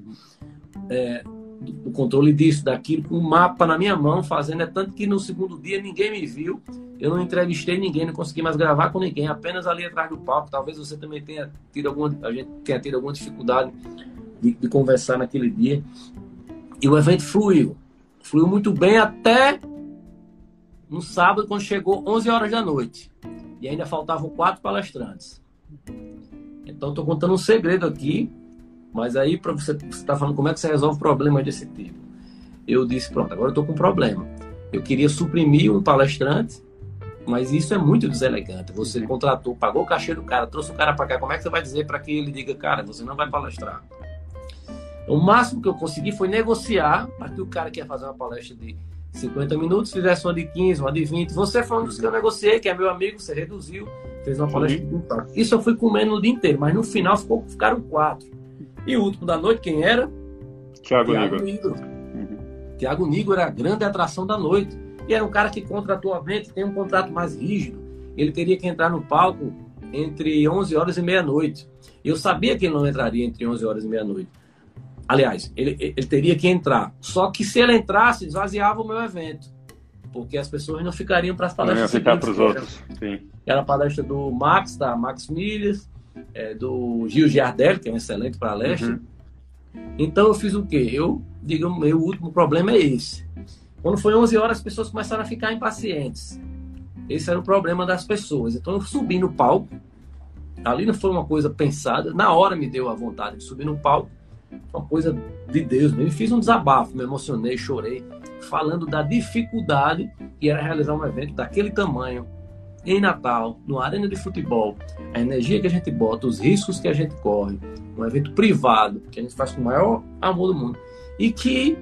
É, o controle disso, daquilo, com o mapa na minha mão, fazendo. É tanto que no segundo dia ninguém me viu. Eu não entrevistei ninguém, não consegui mais gravar com ninguém. Apenas ali atrás do palco. Talvez você também tenha tido alguma, a gente tenha tido alguma dificuldade De, de conversar naquele dia. E o evento fluiu. Fluiu muito bem até no sábado, quando chegou onze horas da noite. E ainda faltavam quatro palestrantes. Então, estou contando um segredo aqui, mas aí, para você estar tá falando como é que você resolve problemas desse tipo. Eu disse, pronto, agora eu estou com um problema. Eu queria suprimir um palestrante, mas isso é muito deselegante. Você contratou, pagou o cachê do cara, trouxe o cara para cá. Como é que você vai dizer para que ele diga, cara, você não vai palestrar? O máximo que eu consegui foi negociar para que o cara que ia fazer uma palestra de cinquenta minutos, fizesse uma de quinze, uma de vinte. Você foi um dos que eu negociei, que é meu amigo, você reduziu, fez uma palestra de quatro. Isso eu fui comendo o dia inteiro, mas no final ficou, ficaram quatro. E o último da noite, quem era? Tiago Nigro. Nigro. Uhum. Tiago Nigro era a grande atração da noite. E era um cara que contratualmente tem um contrato mais rígido. Ele teria que entrar no palco entre onze horas e meia-noite. Eu sabia que ele não entraria entre onze horas e meia-noite. Aliás, ele, ele teria que entrar. Só que se ele entrasse, esvaziava o meu evento. Porque as pessoas não ficariam para as palestras. Não ia ficar para os outros. Sim. Era a palestra do Max, da Max Milhas, é, do Gil Giardelli, que é um excelente palestra. Uhum. Então eu fiz o quê? Eu digo, meu último problema é esse. Quando foi onze horas, as pessoas começaram a ficar impacientes. Esse era o problema das pessoas. Então eu subi no palco. Ali não foi uma coisa pensada. Na hora me deu a vontade de subir no palco. Uma coisa de Deus. Eu fiz um desabafo, me emocionei, chorei, falando da dificuldade que era realizar um evento daquele tamanho, em Natal, numa arena de futebol, a energia que a gente bota, os riscos que a gente corre, um evento privado, que a gente faz com o maior amor do mundo, e que,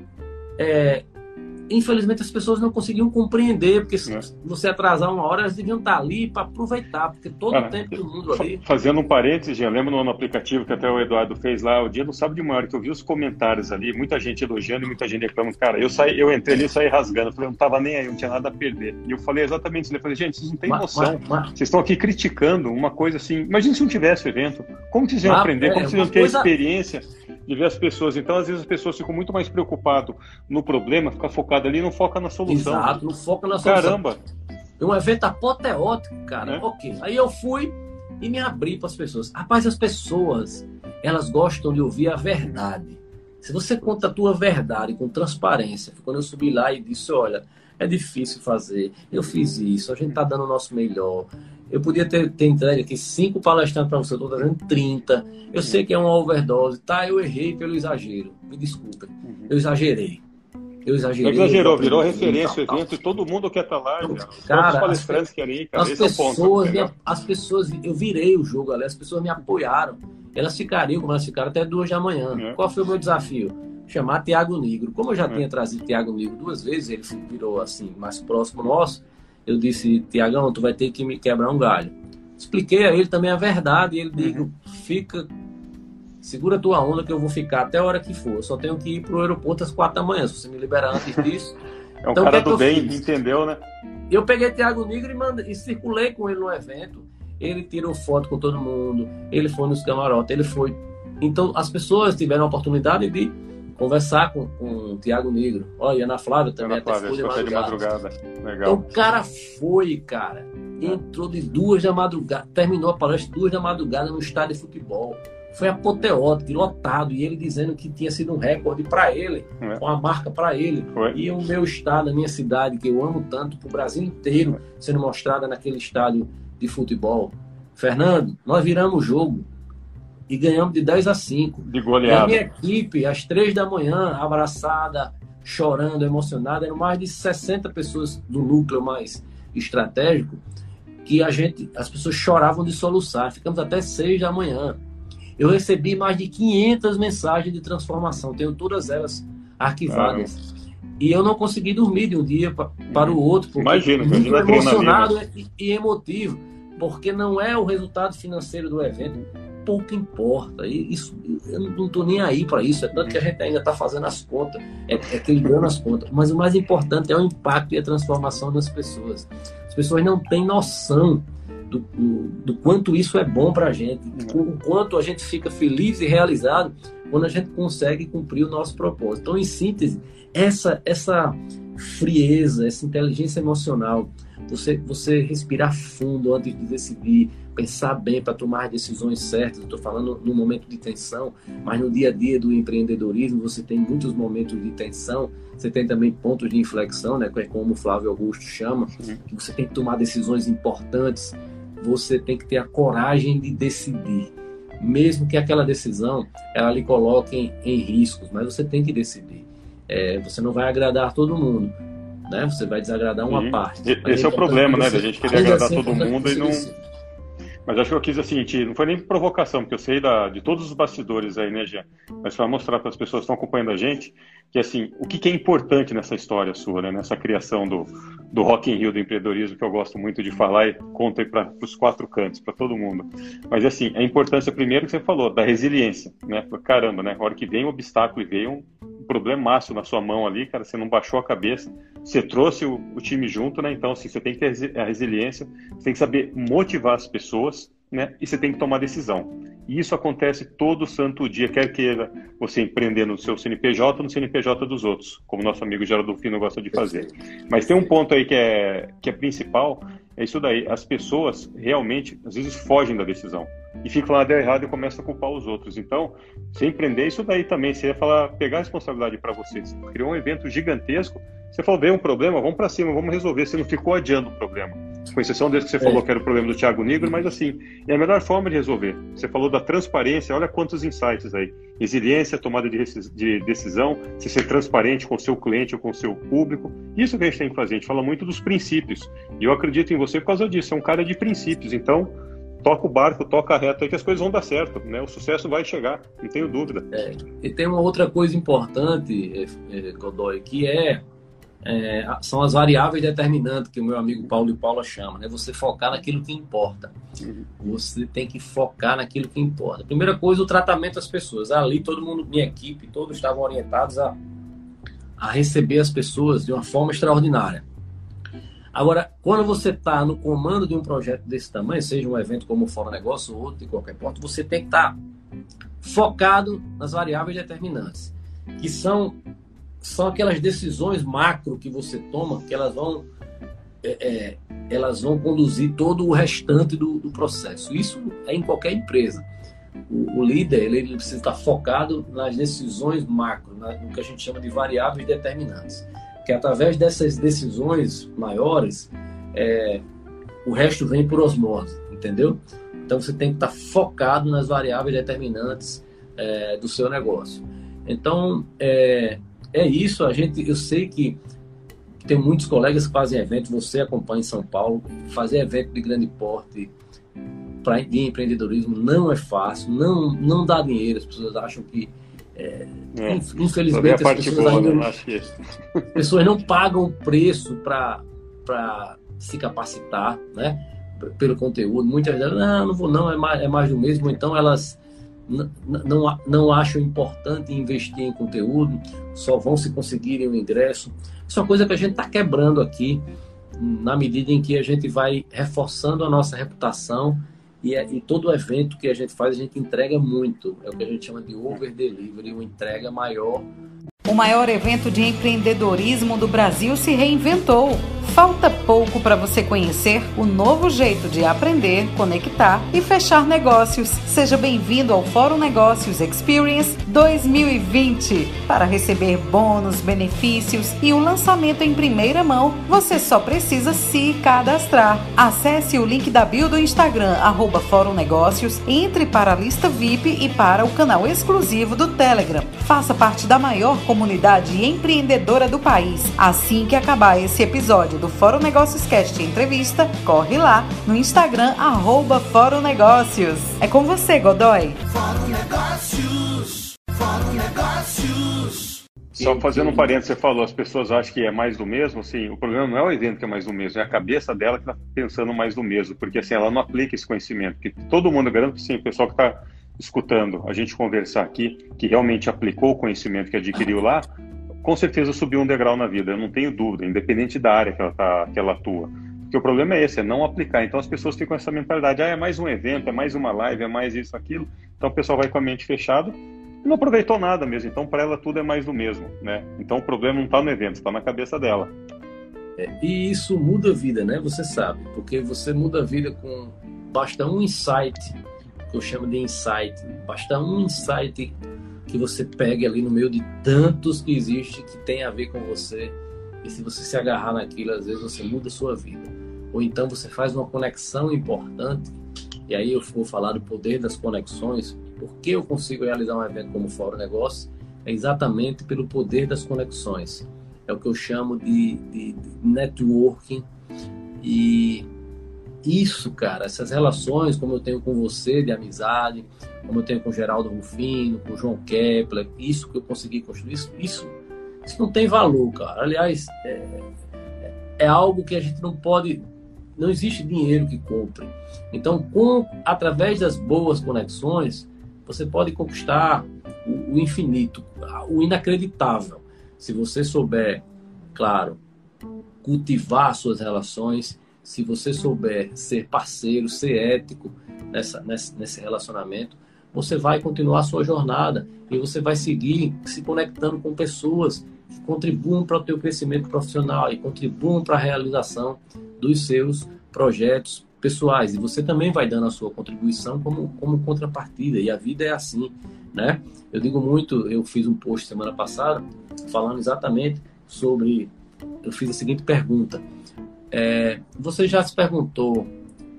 é, infelizmente, as pessoas não conseguiam compreender, porque se é. você atrasar uma hora, elas deviam estar ali para aproveitar, porque todo Cara, o tempo do mundo ali... Fazendo um parênteses, já lembro no aplicativo que até o Eduardo fez lá, o dia do sábado de manhã, que eu vi os comentários ali, muita gente elogiando e muita gente reclamando. Cara, eu, saí, eu entrei ali e saí rasgando, eu falei, eu não tava nem aí, eu não tinha nada a perder. E eu falei exatamente isso, eu falei, gente, vocês não têm mas, noção, mas, mas... vocês estão aqui criticando uma coisa assim, imagina se não tivesse evento, como vocês iam mas, aprender, é, como vocês iam ter coisa... experiência de ver as pessoas. Então, às vezes, as pessoas ficam muito mais preocupadas no problema, ficar focado ali e não foca na solução. Exato, não foca na solução. Caramba! É um evento apoteótico, cara. É. Ok. Aí eu fui e me abri para as pessoas. Rapaz, as pessoas, elas gostam de ouvir a verdade. Se você conta a tua verdade com transparência, quando eu subi lá e disse, olha, é difícil fazer, eu fiz isso, a gente está dando o nosso melhor. Eu podia ter, ter entregue aqui cinco palestrantes para você, eu estou trazendo trinta. Eu sei que é uma overdose, tá? Eu errei pelo exagero. Me desculpem. Eu exagerei. Eu exagerei. Exagerou, virou referência o evento e todo mundo quer estar lá. Então, cara, os palestrantes as, querem ir, cara. As Esse pessoas, é o ponto, me, as pessoas, eu virei o jogo ali, as pessoas me apoiaram. Elas ficariam, como elas ficaram, até duas da manhã. É. Qual foi o meu desafio? Chamar Tiago Nigro. Como eu já é. tinha trazido Tiago Nigro duas vezes, ele virou assim, mais próximo nosso, eu disse, Tiagão, tu vai ter que me quebrar um galho. Expliquei a ele também a verdade, e ele disse, uhum. fica, segura a tua onda que eu vou ficar até a hora que for. Eu só tenho que ir pro aeroporto às quatro da manhã, se você me liberar antes disso. É um então, cara que do é bem, fiz? Entendeu, né? Eu peguei Tiago Nigro e, mandei, e circulei com ele no evento. Ele tirou foto com todo mundo, ele foi nos camarotes, ele foi... Então, as pessoas tiveram a oportunidade de conversar com, com o Tiago Nigro. Olha, e a Ana Flávia também, Ana Flávia, até foi de madrugada. de madrugada. Legal. Então, o cara foi, cara. Entrou de duas da madrugada, terminou a palestra duas da madrugada no estádio de futebol. Foi apoteótico, lotado, e ele dizendo que tinha sido um recorde para ele, é. uma marca para ele. Foi. E o meu estado, a minha cidade, que eu amo tanto, para o Brasil inteiro, sendo mostrada naquele estádio de futebol. Fernando, nós viramos o jogo e ganhamos de dez a cinco. De goleada. E a minha equipe, às três da manhã, abraçada, chorando, emocionada, eram mais de sessenta pessoas do núcleo mais estratégico, que a gente, as pessoas choravam de soluçar. Ficamos até seis da manhã. Eu recebi mais de quinhentas mensagens de transformação, tenho todas elas arquivadas. Ah, e eu não consegui dormir de um dia pra, para o outro, porque imagino, muito imagina emocionado e, e emotivo, porque não é o resultado financeiro do evento, pouco importa. E isso, eu não estou nem aí para isso, é tanto que a gente ainda está fazendo as contas, é, é equilibrando as contas, mas o mais importante é o impacto e a transformação das pessoas. As pessoas não têm noção do, do, do quanto isso é bom para a gente, o quanto a gente fica feliz e realizado quando a gente consegue cumprir o nosso propósito. Então, em síntese, essa, essa frieza, essa inteligência emocional, você, você respirar fundo antes de decidir, pensar bem para tomar decisões certas. Estou falando no momento de tensão, mas no dia a dia do empreendedorismo você tem muitos momentos de tensão, você tem também pontos de inflexão, né, como o Flávio Augusto chama, que você tem que tomar decisões importantes, você tem que ter a coragem de decidir, mesmo que aquela decisão ela lhe coloque em, em riscos, mas você tem que decidir. É, você não vai agradar todo mundo, né? Você vai desagradar uma Sim. parte. Esse é o problema, né? Da gente querer agradar todo mundo e não... Mas acho que eu quis assim, te, não foi nem provocação, porque eu sei da, de todos os bastidores aí, né, Jean? Mas para mostrar para as pessoas que estão acompanhando a gente, que assim, o que, que é importante nessa história sua, né? Nessa criação do, do Rock in Rio, do empreendedorismo, que eu gosto muito de falar e conto aí para os quatro cantos, para todo mundo. Mas assim, a importância primeiro que você falou, da resiliência, né? Caramba, né? A hora que vem um obstáculo e veio um problemaço na sua mão ali, cara, você não baixou a cabeça, você trouxe o, o time junto, né? Então, assim, você tem que ter a resiliência, você tem que saber motivar as pessoas, né? E você tem que tomar decisão. E isso acontece todo santo dia, quer queira você empreender no seu C N P J ou no C N P J dos outros, como nosso amigo Geraldo Fino gosta de fazer. Mas tem um ponto aí que é, que é principal, é isso daí. As pessoas realmente, às vezes, fogem da decisão. E ficam lá, deu errado e começam a culpar os outros. Então, você empreender isso daí também, você ia falar, pegar a responsabilidade para você. Você criou um evento gigantesco, você falou, veio um problema, vamos para cima, vamos resolver. Você não ficou adiando o problema. Com exceção desse que você é. falou que era o problema do Thiago Nigro, mas assim, é a melhor forma de resolver. Você falou da transparência, olha quantos insights aí. Resiliência, tomada de, de decisão, você ser transparente com o seu cliente ou com o seu público. Isso que a gente tem que fazer. A gente fala muito dos princípios. E eu acredito em você por causa disso. É um cara de princípios. Então, toca o barco, toca a reta aí que as coisas vão dar certo, né? O sucesso vai chegar, não tenho dúvida. É, e tem uma outra coisa importante, é, é, Godoy, que é, é são as variáveis determinantes que o meu amigo Paulo e Paula chama, né? Você focar naquilo que importa. Uhum. Você tem que focar naquilo que importa. Primeira coisa, o tratamento das pessoas. Ali, todo mundo, minha equipe, todos estavam orientados a, a receber as pessoas de uma forma extraordinária. Agora, quando você está no comando de um projeto desse tamanho, seja um evento como o Fórum Negócio ou outro de qualquer porta, você tem que estar tá focado nas variáveis determinantes, que são, são aquelas decisões macro que você toma, que elas vão, é, é, elas vão conduzir todo o restante do, do processo. Isso é em qualquer empresa. O, o líder ele, ele precisa estar focado nas decisões macro, na, no que a gente chama de variáveis determinantes. Que através dessas decisões maiores, é, o resto vem por osmose, entendeu? Então você tem que estar focado nas variáveis determinantes é, do seu negócio. Então, é, é isso. A gente, eu sei que tem muitos colegas que fazem evento, você acompanha em São Paulo, fazer evento de grande porte para de empreendedorismo não é fácil, não, não dá dinheiro, as pessoas acham que É, é, infelizmente as pessoas, boa, ainda, que... as pessoas não pagam o preço para se capacitar, né, pelo conteúdo. Muitas delas, não, não vou não, é mais, é mais do mesmo. Então elas não, não, não acham importante investir em conteúdo, só vão se conseguirem o ingresso. Isso é uma coisa que a gente está quebrando aqui, na medida em que a gente vai reforçando a nossa reputação. E, e todo evento que a gente faz, a gente entrega muito. É o que a gente chama de over-delivery, uma entrega maior. O maior evento de empreendedorismo do Brasil se reinventou. Falta pouco para você conhecer o novo jeito de aprender, conectar e fechar negócios. Seja bem-vindo ao Fórum Negócios Experience dois mil e vinte. Para receber bônus, benefícios e o lançamento em primeira mão, você só precisa se cadastrar. Acesse o link da bio do Instagram, arroba Fórum Negócios, entre para a lista V I P e para o canal exclusivo do Telegram. Faça parte da maior comunidade empreendedora do país. Assim que acabar esse episódio do Fórum Negócios Cast Entrevista, corre lá no Instagram, arroba Fórum Negócios. É com você, Godoy. Fórum Negócios. Fórum Negócios. Só fazendo um parênteses, você falou, as pessoas acham que é mais do mesmo. Assim, o problema não é o evento que é mais do mesmo, é a cabeça dela que está pensando mais do mesmo, porque assim, ela não aplica esse conhecimento. Porque todo mundo, eu garanto que sim, o pessoal que está escutando a gente conversar aqui, que realmente aplicou o conhecimento que adquiriu lá, com certeza subiu um degrau na vida, eu não tenho dúvida, independente da área que ela, tá, que ela atua. Porque o problema é esse, é não aplicar. Então as pessoas ficam com essa mentalidade, ah, é mais um evento, é mais uma live, é mais isso, aquilo. Então o pessoal vai com a mente fechada e não aproveitou nada mesmo. Então para ela tudo é mais do mesmo, né? Então o problema não está no evento, está na cabeça dela. É, e isso muda a vida, né? Você sabe, porque você muda a vida com... Basta um insight, que eu chamo de insight, basta um insight que você pegue ali no meio de tantos que existem que tem a ver com você, e se você se agarrar naquilo, às vezes você muda a sua vida, ou então você faz uma conexão importante, e aí eu vou falar do poder das conexões. Por que eu consigo realizar um evento como o Fórum Negócio? É exatamente pelo poder das conexões, é o que eu chamo de, de, de networking, e isso, cara, essas relações, como eu tenho com você, de amizade, como eu tenho com o Geraldo Rufino, com o João Kepler, isso que eu consegui construir, isso, isso, isso não tem valor, cara. Aliás, é, é algo que a gente não pode, não existe dinheiro que compre. Então, com, através das boas conexões, você pode conquistar o, o infinito, o inacreditável. Se você souber, claro, cultivar suas relações, se você souber ser parceiro, ser ético nessa, nesse, nesse relacionamento, você vai continuar a sua jornada e você vai seguir se conectando com pessoas que contribuam para o teu crescimento profissional e contribuam para a realização dos seus projetos pessoais. E você também vai dando a sua contribuição como, como contrapartida. E a vida é assim, né? Eu digo muito, eu fiz um post semana passada falando exatamente sobre... Eu fiz a seguinte pergunta. É, você já se perguntou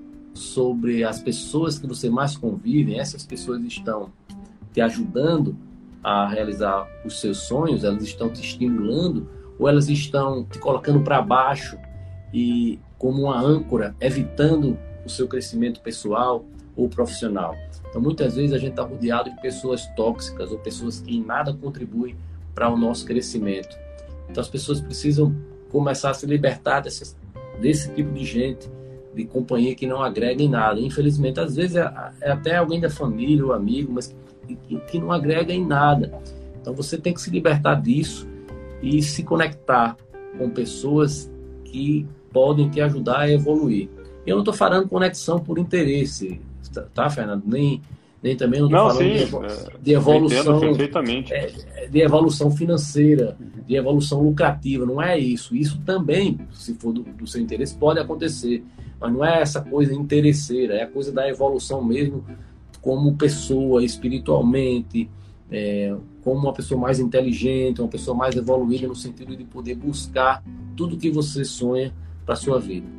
sobre as pessoas que você mais convive? Essas pessoas estão te ajudando a realizar os seus sonhos? Elas estão te estimulando? Ou elas estão te colocando para baixo e como uma âncora, evitando o seu crescimento pessoal ou profissional? Então, muitas vezes a gente está rodeado de pessoas tóxicas ou pessoas que em nada contribuem para o nosso crescimento. Então, as pessoas precisam começar a se libertar dessas, desse tipo de gente, de companhia que não agrega em nada. Infelizmente, às vezes é, é até alguém da família ou amigo, mas que, que não agrega em nada. Então, você tem que se libertar disso e se conectar com pessoas que podem te ajudar a evoluir. Eu não estou falando conexão por interesse, tá, Fernando? Nem, nem também não estou falando sim, de, evo de evolução perfeitamente. É, de evolução financeira, de evolução lucrativa. Não é isso. Isso também, se for do, do seu interesse, pode acontecer. Mas não é essa coisa interesseira, é a coisa da evolução mesmo como pessoa, espiritualmente, é, como uma pessoa mais inteligente, uma pessoa mais evoluída no sentido de poder buscar tudo que você sonha para a sua vida.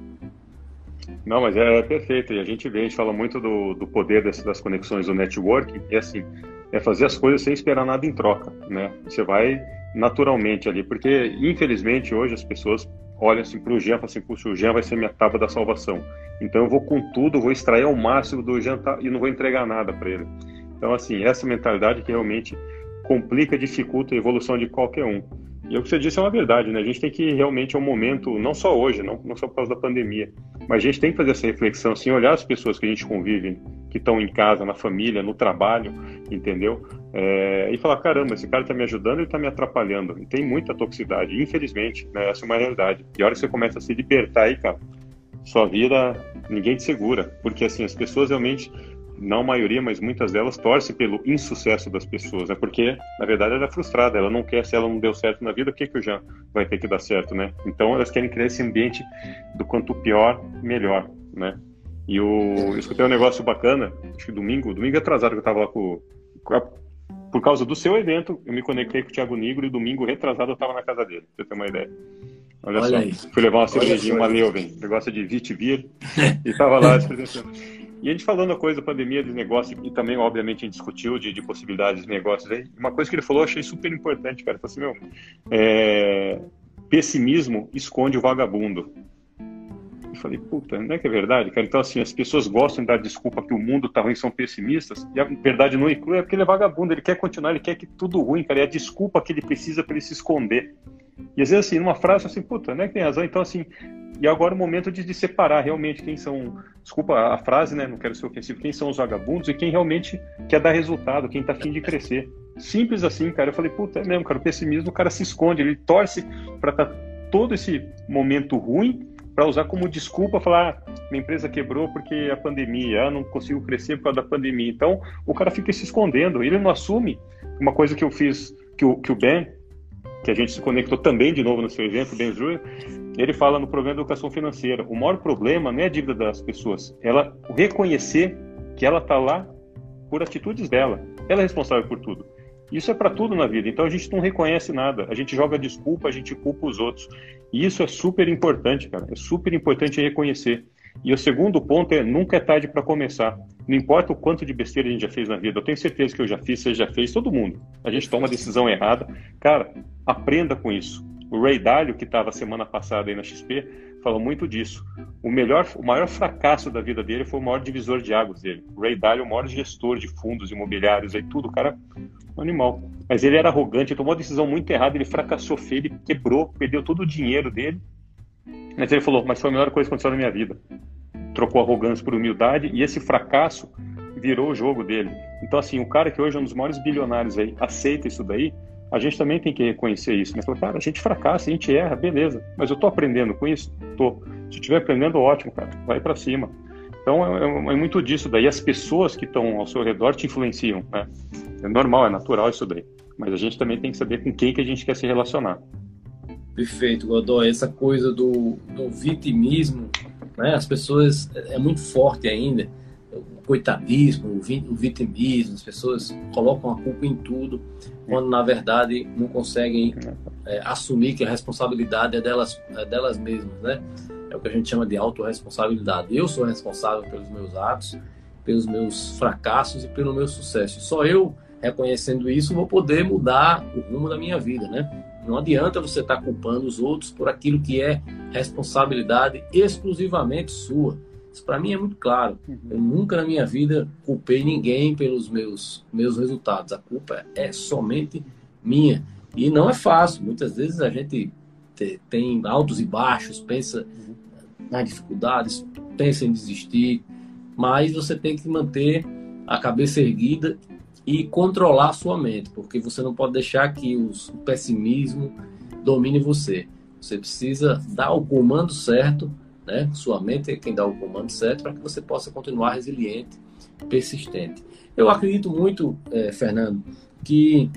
Não, mas é, é perfeito. E a gente vê, a gente fala muito do, do poder das, das conexões do networking, e assim, é fazer as coisas sem esperar nada em troca, né? Você vai naturalmente ali, porque infelizmente hoje as pessoas olham assim para o Jean e falam assim, puxa, o Jean vai ser minha tábua da salvação. Então eu vou com tudo, vou extrair ao máximo do Jean e não vou entregar nada para ele. Então assim, essa mentalidade que realmente complica, dificulta a evolução de qualquer um. E o que você disse é uma verdade, né? A gente tem que realmente, é um momento, não só hoje, não, não só por causa da pandemia, mas a gente tem que fazer essa reflexão, assim, olhar as pessoas que a gente convive, que estão em casa, na família, no trabalho, entendeu? É, e falar, caramba, esse cara está me ajudando, ele está me atrapalhando. E tem muita toxicidade, infelizmente, né? Essa é uma realidade. E a hora que você começa a se libertar aí, cara, sua vida, ninguém te segura. Porque, assim, as pessoas realmente... não a maioria, mas muitas delas torcem pelo insucesso das pessoas, né? Porque, na verdade, ela é frustrada, ela não quer, se ela não deu certo na vida, o que que o Jean vai ter que dar certo, né? Então, elas querem criar esse ambiente do quanto pior, melhor, né? E o, eu escutei um negócio bacana, acho que domingo, domingo atrasado, que eu tava lá com, com a, por causa do seu evento, eu me conectei com o Thiago Nigro e domingo retrasado eu tava na casa dele, pra você ter uma ideia. Olha, Olha só, aí. Fui levar uma cervejinha, uma Leuven, que gosta de Vitivir, e tava lá apresentando. E a gente falando a coisa da pandemia, dos negócios, e também, obviamente, a gente discutiu de, de possibilidades de negócios aí. Uma coisa que ele falou, eu achei super importante, cara. Ele falou assim, meu, é, pessimismo esconde o vagabundo. Eu falei, puta, não é que é verdade, cara? Então, assim, as pessoas gostam de dar desculpa que o mundo tá ruim, são pessimistas, e a verdade não inclui, é porque ele é vagabundo, ele quer continuar, ele quer que tudo ruim, cara, é a desculpa que ele precisa para ele se esconder. E às vezes, assim, numa frase, assim, puta, né, que tem razão. Então, assim, e agora é o momento de, de separar realmente quem são, desculpa a frase, né, não quero ser ofensivo, quem são os vagabundos e quem realmente quer dar resultado, quem tá afim de crescer. Simples assim, cara. Eu falei, puta, é mesmo, cara, o pessimismo, o cara se esconde, ele torce para tá todo esse momento ruim para usar como desculpa, falar, ah, minha empresa quebrou porque a pandemia, ah, não consigo crescer por causa da pandemia. Então, o cara fica se escondendo, ele não assume. Uma coisa que eu fiz, que o, que o Ben, que a gente se conectou também de novo no seu evento, Ben Júnior, ele fala no programa de educação financeira, o maior problema não é a dívida das pessoas, ela reconhecer que ela está lá por atitudes dela, ela é responsável por tudo. Isso é para tudo na vida, então a gente não reconhece nada, a gente joga desculpa, a gente culpa os outros. E isso é super importante, cara, é super importante reconhecer. E o segundo ponto é, nunca é tarde para começar. Não importa o quanto de besteira a gente já fez na vida, eu tenho certeza que eu já fiz, você já fez, todo mundo. A gente toma a decisão errada. Cara, aprenda com isso. O Ray Dalio, que estava semana passada aí na X P, fala muito disso. O, melhor, o maior fracasso da vida dele foi o maior divisor de águas dele. O Ray Dalio é o maior gestor de fundos imobiliários, aí tudo, o cara um animal. Mas ele era arrogante, tomou uma decisão muito errada, ele fracassou feio, ele quebrou, perdeu todo o dinheiro dele. Mas ele falou, mas foi a melhor coisa que aconteceu na minha vida. Trocou arrogância por humildade e esse fracasso virou o jogo dele. Então, assim, o cara que hoje é um dos maiores bilionários aí, aceita isso daí, a gente também tem que reconhecer isso. Mas, cara, a gente fracassa, a gente erra, beleza. Mas eu tô aprendendo com isso? Tô. Se estiver aprendendo, ótimo, cara. Vai para cima. Então, é, é muito disso daí. As pessoas que estão ao seu redor te influenciam, né? É normal, é natural isso daí. Mas a gente também tem que saber com quem que a gente quer se relacionar. Perfeito, Godoy. Essa coisa do, do vitimismo, né? As pessoas, é muito forte ainda. O coitadismo, o vitimismo, as pessoas colocam a culpa em tudo, quando na verdade não conseguem é, assumir que a responsabilidade é delas, é delas mesmas, né? É o que a gente chama de autorresponsabilidade. Eu sou responsável pelos meus atos, pelos meus fracassos e pelo meu sucesso. Só eu, reconhecendo isso, vou poder mudar o rumo da minha vida, né? Não adianta você estar culpando os outros por aquilo que é responsabilidade exclusivamente sua. Isso para mim é muito claro. Eu nunca na minha vida culpei ninguém pelos meus, meus resultados. A culpa é somente minha. E não é fácil. Muitas vezes a gente te, tem altos e baixos, pensa nas dificuldades, pensa em desistir, mas você tem que manter a cabeça erguida e controlar a sua mente, porque você não pode deixar que os, o pessimismo domine você. Você precisa dar o comando certo, né? Sua mente é quem dá o comando certo para que você possa continuar resiliente, persistente. Eu acredito muito, eh, Fernando, que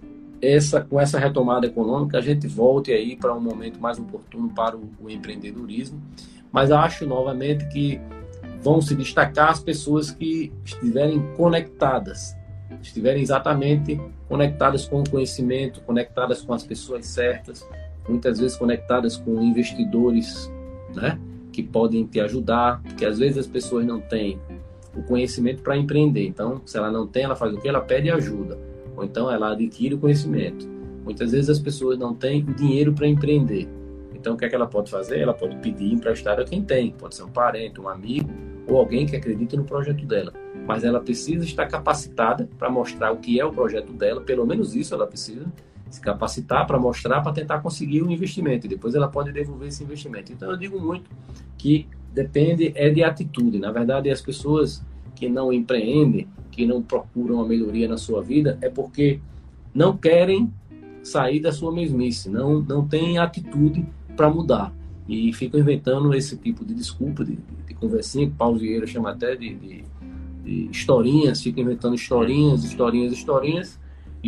essa, com essa retomada econômica a gente volte aí para um momento mais oportuno para o, o empreendedorismo, mas acho novamente que vão se destacar as pessoas que estiverem conectadas, estiverem exatamente conectadas com o conhecimento, conectadas com as pessoas certas, muitas vezes conectadas com investidores, né, que podem te ajudar, porque às vezes as pessoas não têm o conhecimento para empreender. Então, se ela não tem, ela faz o quê? Ela pede ajuda. Ou então ela adquire o conhecimento. Muitas vezes as pessoas não têm dinheiro para empreender. Então, o que é que ela pode fazer? Ela pode pedir emprestado a quem tem. Pode ser um parente, um amigo ou alguém que acredita no projeto dela. Mas ela precisa estar capacitada para mostrar o que é o projeto dela. Pelo menos isso ela precisa se capacitar para mostrar, para tentar conseguir um investimento. E depois ela pode devolver esse investimento. Então, eu digo muito que depende é de atitude. Na verdade, as pessoas que não empreendem, que não procuram a melhoria na sua vida, é porque não querem sair da sua mesmice, não, não têm atitude para mudar. E ficam inventando esse tipo de desculpa, de, de conversinha, que Paulo Vieira chama até de, de, de historinhas, ficam inventando historinhas, historinhas, historinhas,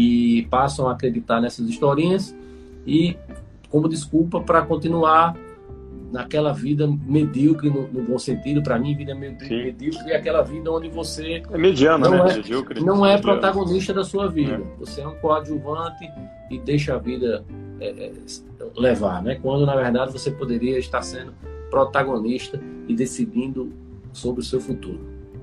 e passam a acreditar nessas historinhas e como desculpa para continuar naquela vida medíocre, no, no bom sentido. Para mim, vida medíocre, medíocre é aquela vida onde você é mediana, não né? é, medíocre, não é mediana. protagonista da sua vida. É. Você é um coadjuvante e deixa a vida é, é, levar, né? Quando na verdade você poderia estar sendo protagonista e decidindo sobre o seu futuro.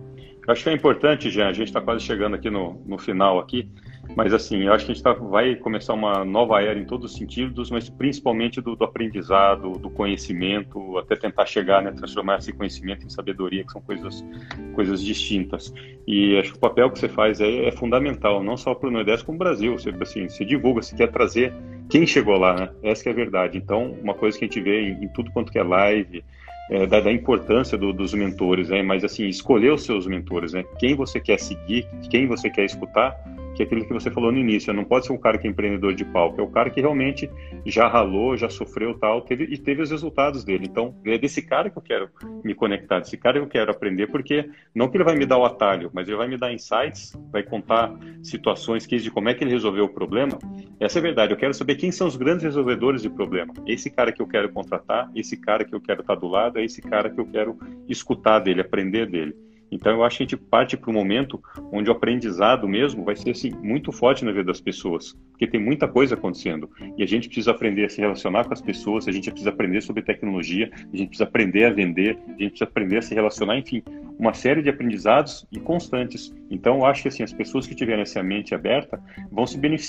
Eu acho que é importante, Jean, a gente está quase chegando aqui no, no final aqui, mas assim, eu acho que a gente tá, vai começar uma nova era em todos os sentidos, mas principalmente do, do aprendizado, do conhecimento, até tentar chegar, né, transformar esse conhecimento em sabedoria, que são coisas, coisas distintas. E acho que o papel que você faz aí é fundamental, não só para o Nordeste, como o Brasil. Você, assim, você divulga, você quer trazer quem chegou lá, né? Essa que é a verdade. Então, uma coisa que a gente vê em, em tudo quanto que é live, É, da, da importância do, dos mentores, né? Mas assim, escolher os seus mentores, né? Quem você quer seguir, quem você quer escutar, que é aquilo que você falou no início, não pode ser um cara que é empreendedor de palco, é o cara que realmente já ralou, já sofreu tal, teve, e teve os resultados dele. Então, é desse cara que eu quero me conectar, desse cara que eu quero aprender, porque não que ele vai me dar o atalho, mas ele vai me dar insights, vai contar situações, que de como é que ele resolveu o problema. Essa é a verdade, eu quero saber quem são os grandes resolvedores de problema. Esse cara que eu quero contratar, esse cara que eu quero estar do lado, é esse cara que eu quero escutar dele, aprender dele. Então, eu acho que a gente parte para um momento onde o aprendizado mesmo vai ser assim, muito forte na vida das pessoas, porque tem muita coisa acontecendo. E a gente precisa aprender a se relacionar com as pessoas, a gente precisa aprender sobre tecnologia, a gente precisa aprender a vender, a gente precisa aprender a se relacionar, enfim, uma série de aprendizados e constantes. Então, eu acho que assim, as pessoas que tiverem essa mente aberta vão se beneficiar.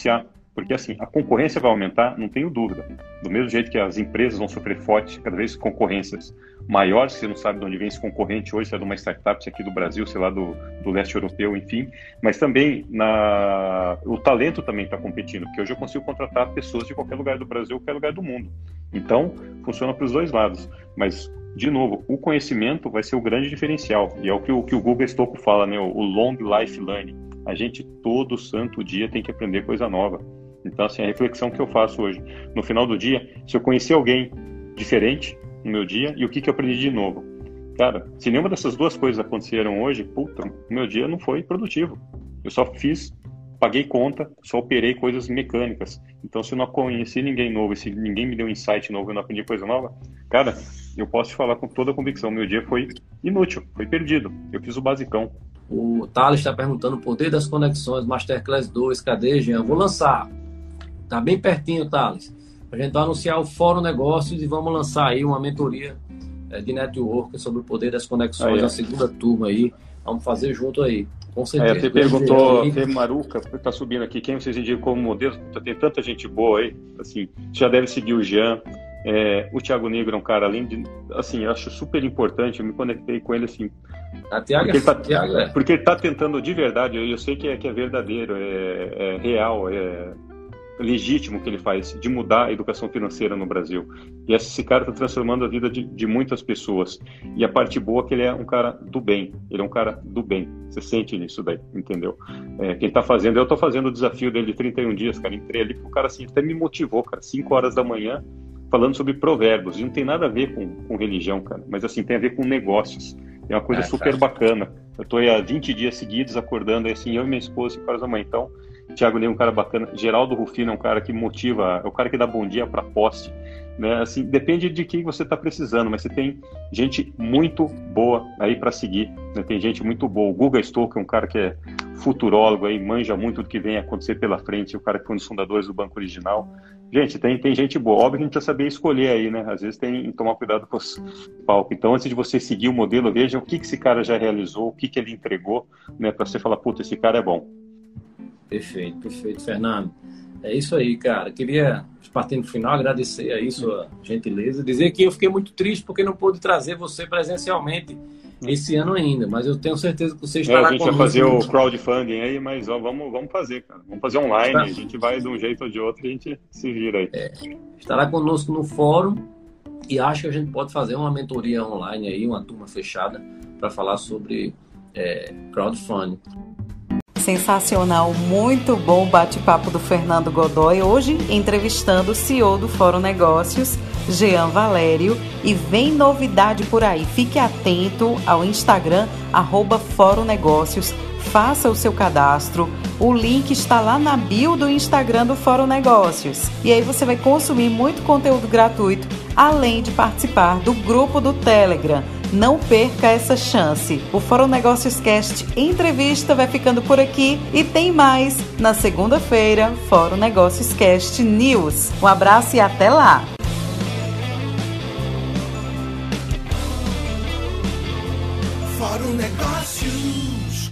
Porque assim, a concorrência vai aumentar, não tenho dúvida. Do mesmo jeito que as empresas vão sofrer forte, cada vez concorrências maiores, você não sabe de onde vem esse concorrente hoje, se é de uma startup, se é aqui do Brasil, sei lá, do, do leste europeu, enfim. Mas também na... o talento também está competindo, porque hoje eu consigo contratar pessoas de qualquer lugar do Brasil, qualquer lugar do mundo. Então, funciona para os dois lados. Mas, de novo, o conhecimento vai ser o grande diferencial. E é o que o, que o Google Stocco fala, né? O long life learning. A gente todo santo dia tem que aprender coisa nova. Então, assim, a reflexão que eu faço hoje, no final do dia, se eu conhecer alguém diferente no meu dia, e o que, que eu aprendi de novo? Cara, se nenhuma dessas duas coisas aconteceram hoje, puta, o meu dia não foi produtivo. Eu só fiz, paguei conta, só operei coisas mecânicas. Então, se eu não conheci ninguém novo, se ninguém me deu um insight novo, eu não aprendi coisa nova, cara, eu posso te falar com toda a convicção, meu dia foi inútil, foi perdido. Eu fiz o basicão. O Thales está perguntando o poder das conexões, Masterclass dois, cadê, Jean? Vou lançar. Tá bem pertinho, Thales. A gente vai anunciar o Fórum Negócios e vamos lançar aí uma mentoria é, de network sobre o poder das conexões, aí, a segunda turma aí. Vamos fazer junto aí, com certeza. É, você perguntou, Fê Maruca, tá subindo aqui, quem vocês indicam como modelo? Tem tanta gente boa aí, assim, já deve seguir o Jean. É, o Thiago Negro é um cara, além de, assim, eu acho super importante, eu me conectei com ele, assim, a Thiago, porque, ele tá, Thiago é. porque ele tá tentando de verdade, eu, eu sei que é, que é verdadeiro, é, é real, é legítimo o que ele faz, de mudar a educação financeira no Brasil. E esse cara está transformando a vida de, de muitas pessoas. E a parte boa é que ele é um cara do bem. Ele é um cara do bem. Você sente nisso daí, entendeu? É, quem está fazendo, eu estou fazendo o desafio dele de trinta e um dias, cara. Entrei ali, porque o cara assim, até me motivou, cara. cinco horas da manhã, falando sobre provérbios. E não tem nada a ver com, com religião, cara. Mas assim, tem a ver com negócios. É uma coisa é, super cara. bacana. Eu estou há vinte dias seguidos acordando, assim, eu e minha esposa, cinco horas da manhã. Então, Thiago Ney é um cara bacana, Geraldo Rufino é um cara que motiva, é o cara que dá bom dia para poste, né? Assim, depende de quem você está precisando, mas você tem gente muito boa aí para seguir, né? Tem gente muito boa. O Guga Stocco é um cara que é futurólogo, aí manja muito do que vem a acontecer pela frente, o cara que foi um dos fundadores do Banco Original. Gente, tem, tem gente boa. Óbvio que a gente precisa saber escolher aí, né? Às vezes tem que tomar cuidado com os palcos. Então, antes de você seguir o modelo, veja o que, que esse cara já realizou, o que, que ele entregou, né? Para você falar, puta, esse cara é bom. Perfeito, perfeito, Fernando. É isso aí, cara. Queria, partindo no final, agradecer aí sua gentileza. Dizer que eu fiquei muito triste porque não pude trazer você presencialmente esse ano ainda, mas eu tenho certeza que você estará conosco. É, a gente vai fazer o crowdfunding aí, mas ó, vamos, vamos fazer, cara. Vamos fazer online, tá. A gente vai de um jeito ou de outro e a gente se vira aí. É, estará conosco no fórum e acho que a gente pode fazer uma mentoria online aí, uma turma fechada, para falar sobre é, crowdfunding. Sensacional, muito bom o bate-papo do Fernando Godoy, hoje entrevistando o C E O do Fórum Negócios, Jean Valério, e vem novidade por aí. Fique atento ao Instagram, arroba Fórum Negócios, faça o seu cadastro, o link está lá na bio do Instagram do Fórum Negócios. E aí você vai consumir muito conteúdo gratuito, além de participar do grupo do Telegram. Não perca essa chance. O Fórum Negócios Cast Entrevista vai ficando por aqui e tem mais na segunda-feira, Fórum Negócios Cast News. Um abraço e até lá! Fórum Negócios.